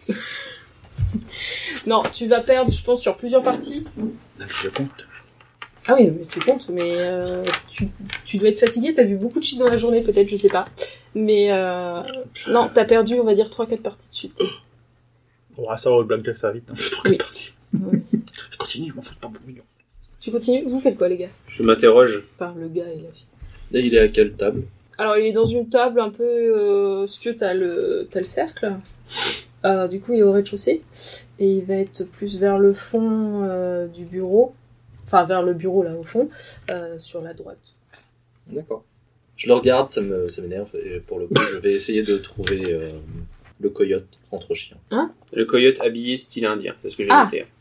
Non, tu vas perdre, je pense, sur plusieurs parties. Je compte. Ah oui, mais tu comptes, mais tu dois être fatigué, t'as vu beaucoup de chiffres dans la journée, peut-être, je sais pas. Mais non, t'as perdu, on va dire, 3-4 parties de suite. On va savoir le blackjack, ça va vite. Hein. Je suis trop Oui. parti. Ouais. Je continue, je m'en fous de pas beaucoup mignon. Tu continues? Vous faites quoi, les gars? Je m'interroge. Enfin, le gars et la fille. Là, il est à quelle table? Alors, il est dans une table un peu... si tu veux, t'as le cercle. Du coup, il est au rez-de-chaussée. Et il va être plus vers le fond du bureau. Enfin, vers le bureau, là, au fond. Sur la droite. D'accord. Je le regarde, ça m'énerve. Et pour le coup, je vais essayer de trouver le coyote entre chiens. Le coyote habillé style indien, c'est ce que j'ai Ah. noté.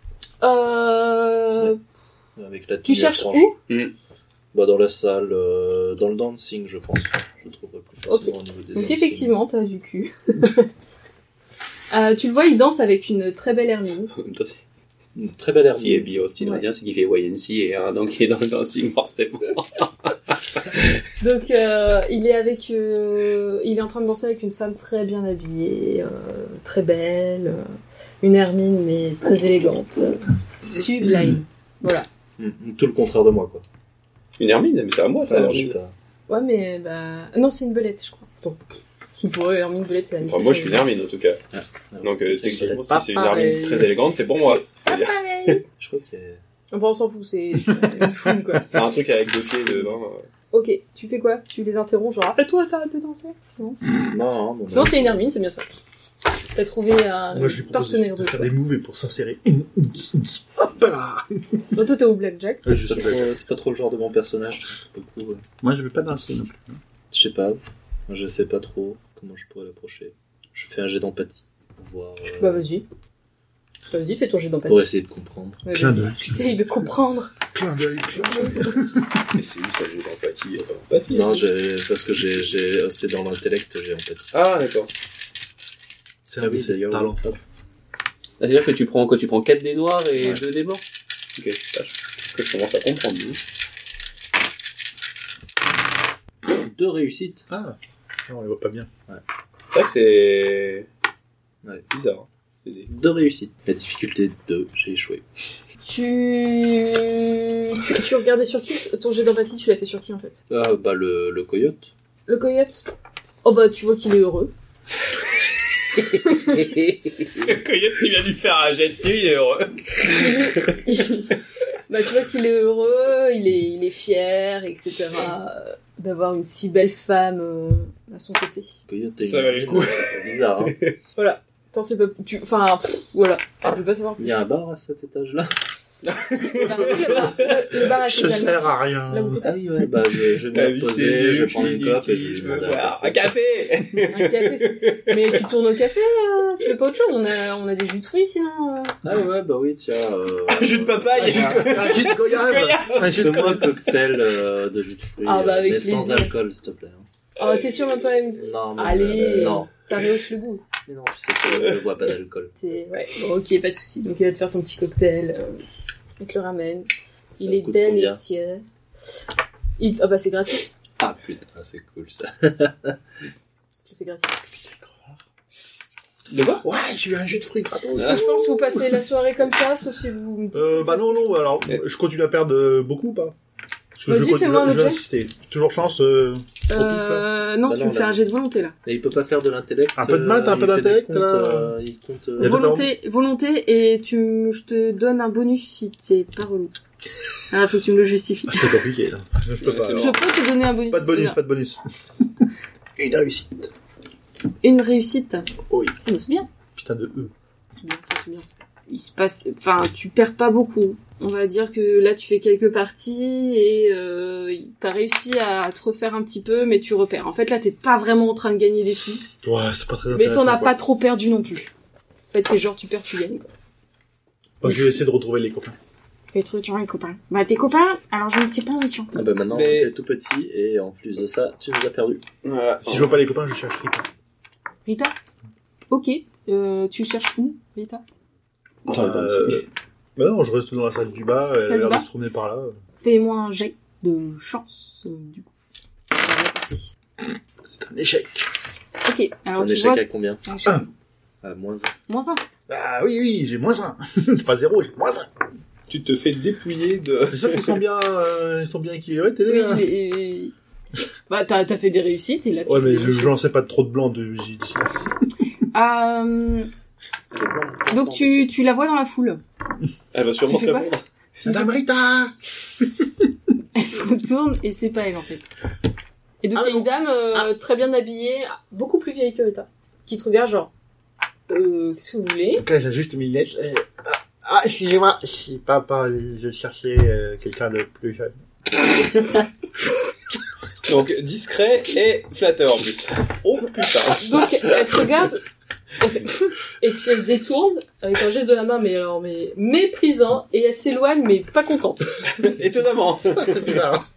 Avec la Tu tenue cherches franche. où? Bah, dans la salle, dans le dancing, je pense. Je trouverai plus facilement au niveau des Donc dancing. effectivement, t'as du cul. Tu le vois, il danse avec une très belle Hermine. En même temps, Une très belle s'il est hermine. habillé au style Ouais. indien, c'est qu'il fait YNC et donc il est dans le dancing forcément. Donc il est en train de danser avec une femme très bien habillée, très belle, une Hermine mais très élégante, sublime. Voilà. Tout le contraire de moi, quoi. Une hermine, mais c'est à moi ça. Alors, alors. je sais pas. Ouais, mais non, c'est une belette, je crois. Donc, c'est pour Hermine belette, c'est la même Enfin, chose. moi je suis une hermine en tout cas. Alors, Donc c'est techniquement, si pas c'est une pareil. hermine très élégante, c'est pour moi. Pareil. Je crois qu'il y a... Enfin, on s'en fout, c'est une foule, quoi. C'est un truc avec deux pieds devant. Ok, tu fais quoi? Tu les interromps, genre, toi, t'arrêtes de danser? Non, Non, c'est une Hermine, c'est bien ça. T'as trouvé un Moi, je lui propose partenaire de de faire choix. des moves et pour s'insérer. Hop là. Donc, toi, t'es au blackjack. Je suis c'est pas trop le genre de mon personnage. Beaucoup, Moi, je veux pas danser non plus. je sais pas. Je sais pas trop comment je pourrais l'approcher. Je fais un jet d'empathie. Pour voir... Bah, vas-y. Vas-y, fais ton jet d'empathie. Pour essayer de comprendre. Ouais, Clin vas-y. d'œil. J'essaye de comprendre. Clin d'œil, clin d'œil. Mais c'est juste un jeu d'empathie, il y a pas d'empathie. Non, parce que c'est dans l'intellect, j'ai empathie. Ah d'accord. C'est la vie, c'est le talent. Hop. C'est-à-dire que tu prends 4 dés noirs et Ouais. 2 dés blancs. Ok, je commence à comprendre. 2 réussites. Ah, non, on les voit pas bien. C'est vrai que c'est Ouais. bizarre. Hein. C'est des- 2 réussites. La difficulté 2, j'ai échoué. Tu regardais sur qui? Ton jet d'empathie, tu l'as fait sur qui, en fait? Bah, le coyote. Le coyote? Oh, bah, tu vois qu'il est heureux. Le coyote qui vient lui faire un jet dessus, il est heureux. Bah, tu vois qu'il est heureux, il est fier, etc. D'avoir une si belle femme à son côté. Coyote, Ça valait le coup. C'est bizarre, hein. Voilà. Attends, c'est pas... Enfin, voilà. Tu peux pas savoir plus. Il y a un bar à cet étage-là. Voilà, le bar à Je sers à rien. Là où t'étais. Ah oui, ouais, bah, je vais me poser, je vais prendre une cope et je veux demander boire un café. Un café. Mais tu tournes au café, tu fais pas autre chose, on a des jus de fruits sinon. Ah ouais, bah oui, tiens. Un jus de papaye. Un jus de goyave. Un jus de Fais-moi un goyave. cocktail de jus de fruits, Ah bah, avec mais sans plaisir. alcool, s'il te plaît. hein. Oh, t'es sûr même pas Non, mais Allez, non. ça rehausse le goût. Mais non, tu sais que je bois pas d'alcool. Ouais, bon, ok, pas de souci. Donc il va te faire ton petit cocktail, il te le ramène. Ça Il est coûte combien? délicieux. Ah bah c'est gratis. Ah putain, c'est cool ça. Je le fais gratis. De quoi? Ouais, j'ai eu un jus de fruits gratos. Je pense que vous passez la soirée comme ça, sauf si vous me dites. Bah non, alors, je continue à perdre beaucoup ou pas? Parce que Vas-y, fais-moi un je vais objet. insister. Toujours chance. Non, Bah tu non, me fais là. un jet de volonté là. Mais il peut pas faire de l'intellect. Un peu de maths, un il peu fait des d'intellect, comptes, là. il compte. Il y a Volonté, et je te donne un bonus si c'est pas relou. Alors faut que tu me le justifies. Ah, c'est compliqué, là. Je peux Ouais, pas. c'est alors. Je peux te donner un bonus. Pas de bonus, Voilà. pas de bonus. Une réussite. Une réussite. Oui. Oh, c'est bien. Putain de E. C'est bien, c'est bien. Il se passe, enfin, tu perds pas beaucoup. On va dire que là, tu fais quelques parties et t'as réussi à te refaire un petit peu, mais tu repères. En fait, là, t'es pas vraiment en train de gagner des sous, Ouais, c'est pas très mais intéressant. t'en as quoi. pas trop perdu non plus. En fait, c'est genre tu perds, tu gagnes. Quoi. Moi, je vais essayer de retrouver les copains. Les trucs, tu vois, les copains. Bah, tes copains, alors je ne sais pas où ils sont. Ah bah maintenant, Mais- t'es tout petit et en plus de ça, tu nous as perdu. Voilà. Si je vois pas les copains, je cherche Rita. Rita. Ok. Tu cherches où, Rita? Bah non, je reste dans la salle du bas, elle a Salle du l'air bas de se promener par là. Fais-moi un jet de chance, du coup. On est parti. C'est un échec. Ok, alors Un tu échec vois... avec combien? Un échec. Moins 1. Moins 1. Ah oui, j'ai -1. C'est pas 0, j'ai -1. Tu te fais dépouiller de... C'est sûr qu'ils sont bien, équilibrés, t'es Oui, là. Bah, t'as fait des réussites, et là, tu Ouais, fais mais des je réussites. lançais pas trop de blanc d'ici. Donc, tu la vois dans la foule. Elle va sûrement Tu fais quoi répondre. Madame Rita! Elle se retourne, et c'est pas elle, en fait. Et donc, il y a une dame très bien habillée, beaucoup plus vieille que Rita, qui te regarde genre... qu'est-ce que vous voulez? Donc là, j'ai juste mis les lunettes. Excusez-moi, je je cherchais quelqu'un de plus jeune. Donc, discret et flatteur, en plus. Oh, putain. Donc, elle te regarde, elle fait et puis elle se détourne avec un geste de la main, mais méprisant, et elle s'éloigne, mais pas contente. Étonnamment. C'est bizarre.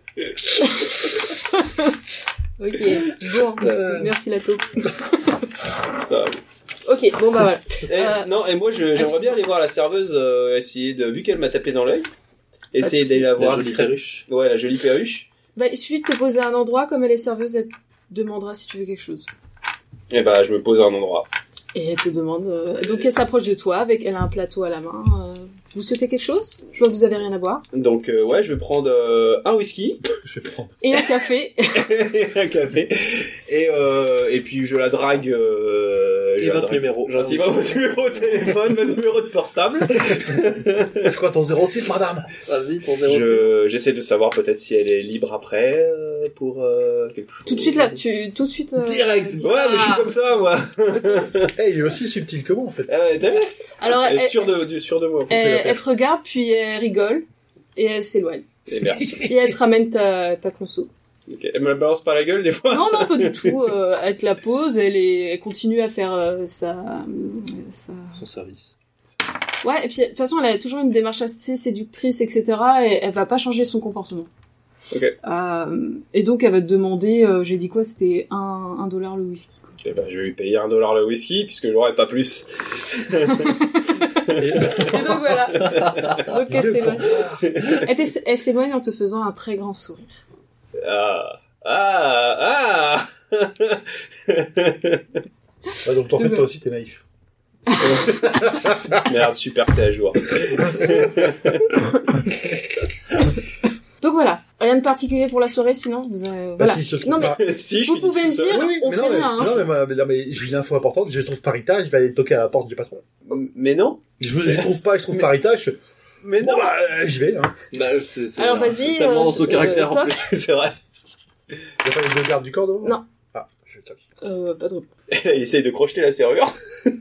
Ok, bon, merci la taupe. Putain. Ok, bon bah voilà. Non, et moi, j'aimerais bien aller voir la serveuse, essayer de... Vu qu'elle m'a tapé dans l'œil, essayer d'aller la voir La jolie discrètement. perruche. Ouais, la jolie perruche. Bah, il suffit de te poser à un endroit, comme elle est serveuse, elle te demandera si tu veux quelque chose. Et bah, je me pose à un endroit. Et elle te demande... Donc elle s'approche de toi, elle a un plateau à la main. Vous souhaitez quelque chose? Je vois que vous avez rien à boire. Donc, ouais, je vais prendre un whisky. Je vais prendre. Et un café. un café. Et puis, je la drague... Et votre numéro. Gentiment, votre numéro de téléphone, votre numéro de portable. C'est quoi ton 06, madame? Vas-y, ton 06. J'essaie de savoir peut-être si elle est libre après pour quelque chose. Tout de suite là, tout de suite... Direct. Ouais, mais je suis comme ça, moi. Il est aussi subtil que moi, en fait. T'as vu? Alors, Elle est sûre de moi. elle te regarde, puis elle rigole, et elle s'éloigne. Et merde. Et elle te ramène ta conso. Okay. Elle me la balance pas la gueule des fois? Non, pas du tout. Elle te la pose, elle continue à faire Son service. Ouais, et puis de toute façon, elle a toujours une démarche assez séductrice, etc. Et elle va pas changer son comportement. Ok. Et donc, elle va te demander, j'ai dit quoi, c'était $1 le whisky, quoi. Eh ben, je vais lui payer $1 le whisky, puisque j'aurais pas plus. Et donc voilà. Donc elle s'éloigne. Elle s'éloigne en te faisant un très grand sourire. Ouais, donc en fait, toi aussi, t'es naïf. Merde, super, t'es à jour. Donc voilà, rien de particulier pour la soirée, sinon vous avez... voilà. Si, je trouve Non mais pas... Si, je vous suis pouvez me tout seul. dire, Oui, on mais fait non, rien. Hein. non, mais j'ai une info importante, je trouve pas Rita, je vais aller toquer à la porte du patron. Mais non. Je trouve pas Rita, je fais... Mais Bon non. bah, j'y vais, hein. Bah, c'est Alors, vas-y, c'est tellement dans son caractère en toc. plus. C'est vrai. Il y a pas les deux gardes du corps devant? Non. Ah, je toque. Pas trop. Il essaye de crocheter la serrure.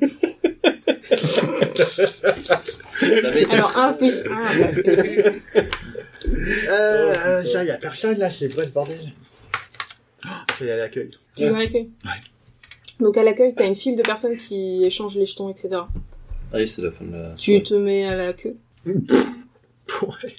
Alors 1 plus 1. Ça, y a personne là, c'est quoi ce bordel? Je vais aller à l'accueil. Tu vas à l'accueil? Ouais. Donc à l'accueil, t'as une file de personnes qui échangent les jetons, etc. Ah oui, c'est la fin de la Tu soirée. te mets à la queue. Ouais.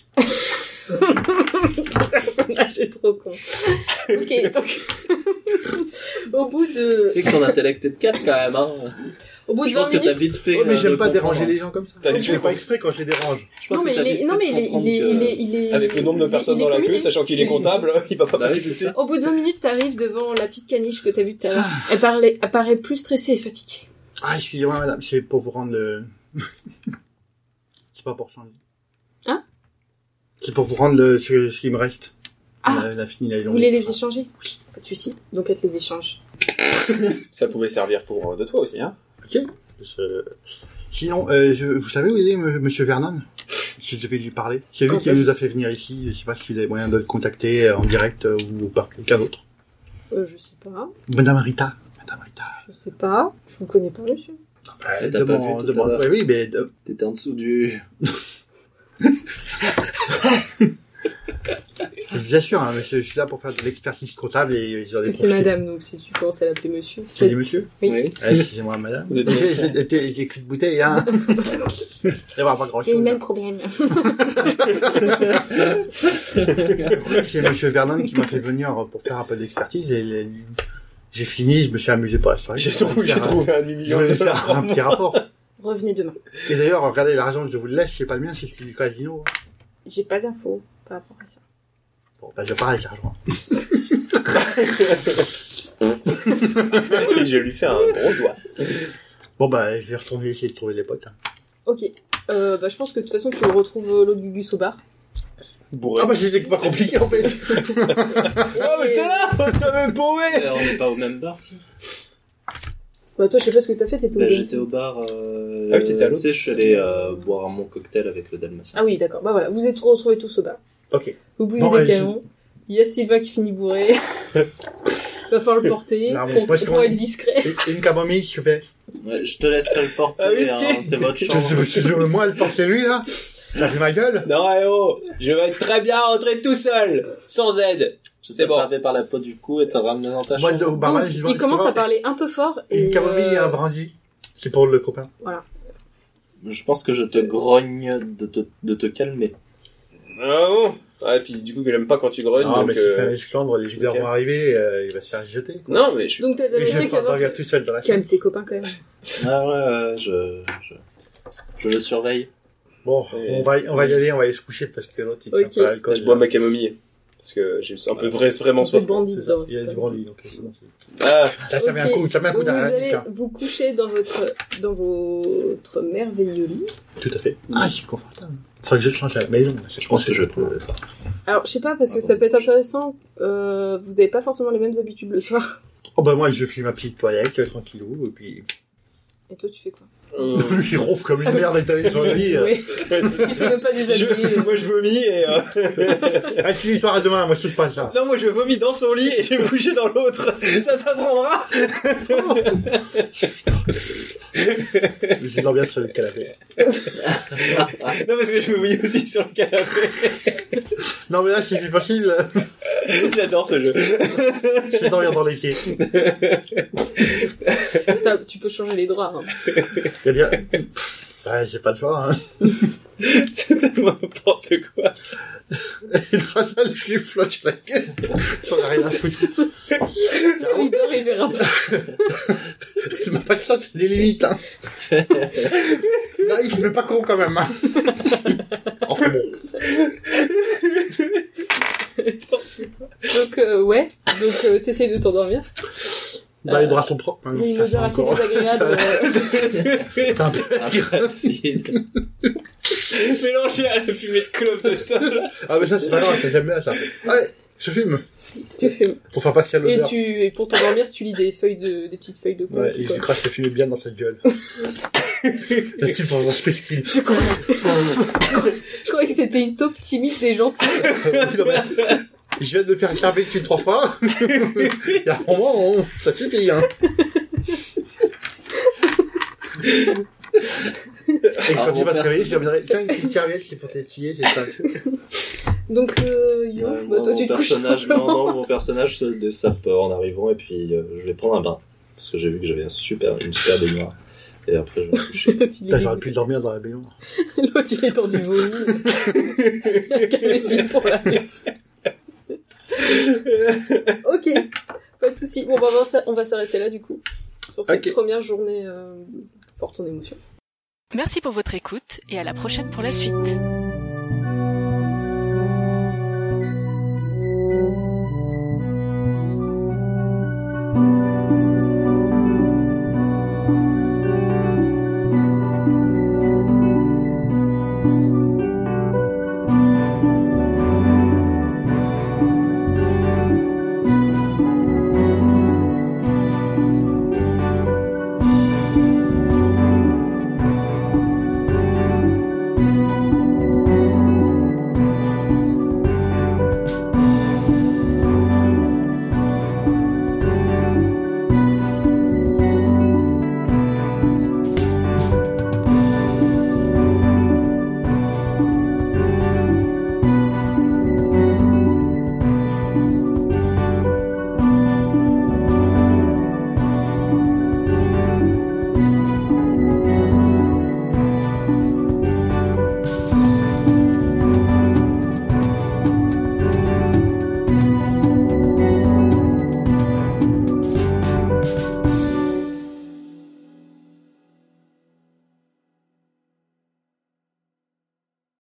Personnage est trop con. Ok, donc au bout de Tu sais que ton intellect est de 4 quand même, hein. au bout de Je 20 pense que t'as minutes. vite fait. Oh, mais j'aime de pas comprendre. déranger les gens comme ça. T'as Je dit fais que- pas exprès quand je les dérange. Je pense Non que mais t'as il est vite non fait mais de comprendre il est Avec le nombre de personnes dans la queue, communiqué. sachant qu'il est comptable, il va pas Bah passer oui, tout de c'est suite. ça. Au bout de 20 minutes, t'arrives devant la petite caniche que t'as vue tout à l'heure. Elle apparaît plus stressée et fatiguée. Ah, excusez-moi madame, c'est pour vous rendre le... C'est pas pour changer. Hein? C'est pour vous rendre ce qui me reste. Ah. On a fini la Vous journée. voulez les échanger? Oui. Pas de souci. Donc elle te les échange. Ça pouvait servir pour de toi aussi, hein. Ok. Sinon, vous savez où il est, monsieur Vernon? Je devais lui parler. C'est lui qui nous a fait venir ici. Je sais pas si vous avez moyen de le contacter en direct ou par quelqu'un d'autre. Je sais pas. Madame Rita. Madame Rita. Je sais pas. Je vous connais pas, monsieur. T'as pas vu tout à l'heure. Oui, mais... T'étais en dessous du... Bien sûr, hein, monsieur, je suis là pour faire de l'expertise comptable et sur des C'est profils. madame, donc si tu commences à l'appeler monsieur. J'ai dit monsieur? Oui. Ah, excusez-moi, madame. Vous êtes- J'ai cru de bouteille, hein. Il y aura pas grand Il y a le chose. même problème. C'est monsieur Vernon qui m'a fait venir pour faire un peu d'expertise et J'ai fini, je me suis amusé pour la soirée. J'ai trouvé un Je demi-million voulais de faire un petit rapport. Revenez demain. Et d'ailleurs, regardez l'argent que je vous laisse, c'est pas le mien, c'est celui du casino. J'ai pas d'infos par rapport à ça. Bon, bah, je pars avec l'argent. Je lui fais un gros doigt. Bon, bah, je vais retourner essayer de trouver les potes. Hein. Ok. Je pense que de toute façon, tu retrouves l'autre Gugus au bar. Bourré. Ah, bah, c'était pas compliqué, en fait. Oh, mais t'es là! T'as même paumé! On n'est pas au même bar, si. Bah, toi, je sais pas ce que t'as fait, t'étais au Là, Dancing. j'étais au bar. Ah oui, t'étais à l'autre. Tu sais, je suis allé boire mon cocktail avec le Dalmatien. Ah oui, d'accord. Bah voilà, vous êtes retrouvés tous au bar. Ok. Vous buvez Bon, des ouais, canons. Il y a Sylvain qui finit bourré. Va falloir le porter. Non, bon, moi, je pour être discret. Et une camomille, s'il te plaît. Ouais, je te laisserai le porter, Ah, whisky. hein, c'est votre chambre. Moi, elle porte lui, là. Ça fait ma gueule. Non, oh! Je vais être très bien rentré tout seul! Sans aide! Je C'est t'ai bon. attrapé par la peau du cou et t'as ramené dans ta Moi, chambre. au barman, Donc, je dis, il commence à parler un peu fort. Et Une camomille et un brandy. C'est pour le copain. Voilà. Je pense que je te grogne de te calmer. Ah bon? Ah, et puis du coup, il aime pas quand tu grognes, Ah, donc mais si fait un esclandre, les videurs ok. vont arriver, il va se faire jeter, quoi. Non, mais je... Donc t'as Et je Dalmatien vais qui va pas regarder tout seul dans la chambre. calme tes copains quand même. Ah ouais, je le surveille. Bon, on va y aller, on va aller se coucher parce que l'autre, il tient Ok. pas l'alcool. je bois ma camomille. Parce que j'ai un peu vraiment Un peu soif. de brandy C'est ça. dedans. Il y a c'est du pas brandy, donc c'est bon. Ah! Ça met un coup, ça met un coup Donc, vous derrière. allez Putain. vous coucher dans votre merveilleux lit. Tout à fait. Ah, c'est confortable. Faut que je change la maison. Je pense que je vais prendre. Alors, je sais pas, parce que ça peut être intéressant. Vous avez pas forcément les mêmes habitudes le soir. Oh, bah, moi, je fais ma petite toilette, tranquillou, et puis, Et toi, tu fais quoi? lui, il ronfle comme une merde étalée sur le lit. Oui. Il s'est même pas déshabillé. Moi, je vomis et... Ah, si l'histoire à demain, moi, je touche pas à ça. Non, moi, je vomis dans son lit et je vais me coucher dans l'autre. Ça t'apprendra? Je dors bien sur le canapé. Non, parce que je vomis aussi sur le canapé. Non, mais là, c'est plus possible. J'adore ce jeu. Je vais dormir dans les pieds. Tu peux changer les draps. Hein. C'est-à-dire, ouais, j'ai pas le choix, hein. C'est tellement n'importe quoi. Et grâce à je lui flotte la gueule. J'en ai rien à foutre. Il dort, il verra pas. Je m'a pas que ça, c'est des limites, hein. Là, il se met pas con quand même, hein. Enfin bon. Donc, ouais. Donc, t'essayes de t'endormir. Bah, les draps sont propres. Hein, Il y a une ça, odeur c'est assez encore- désagréable. C'est un peu... Acide. Mélangé à la fumée de clope de table. Ah, mais ça, c'est pas grave, ça, j'aime bien ça. Allez, je fume. Tu fumes. Pour faire passer à Et l'odeur. et pour t'endormir, tu lis des petites feuilles de con. Ouais, et je lui crache la fumée bien dans sa gueule. La type dans un space kill. Je croyais que c'était une taupe timide des gentils. Non, mais je viens de me faire écraser dessus 3 fois. Il y a un moment, ça suffit, hein. Et quand tu vas se réveiller, je lui amènerai une petite serviette, c'est pour t'essuyer, c'est ça. Donc, Yo, Ouais, bah, toi, mon tu te couches personnage, simplement. mon personnage se dessape en arrivant et puis je vais prendre un bain parce que j'ai vu que j'avais une super baignoire et après je vais me coucher. L'autre, il est- Putain, j'aurais pu dormir dans la baignoire. L'autre, il est dans du vomi. Il a calé vite pour la mettre. Ok, pas de soucis. Bon, bah, on va s'arrêter là, du coup. Sur cette Ok. première journée forte en émotion. Merci pour votre écoute et à la prochaine pour la suite.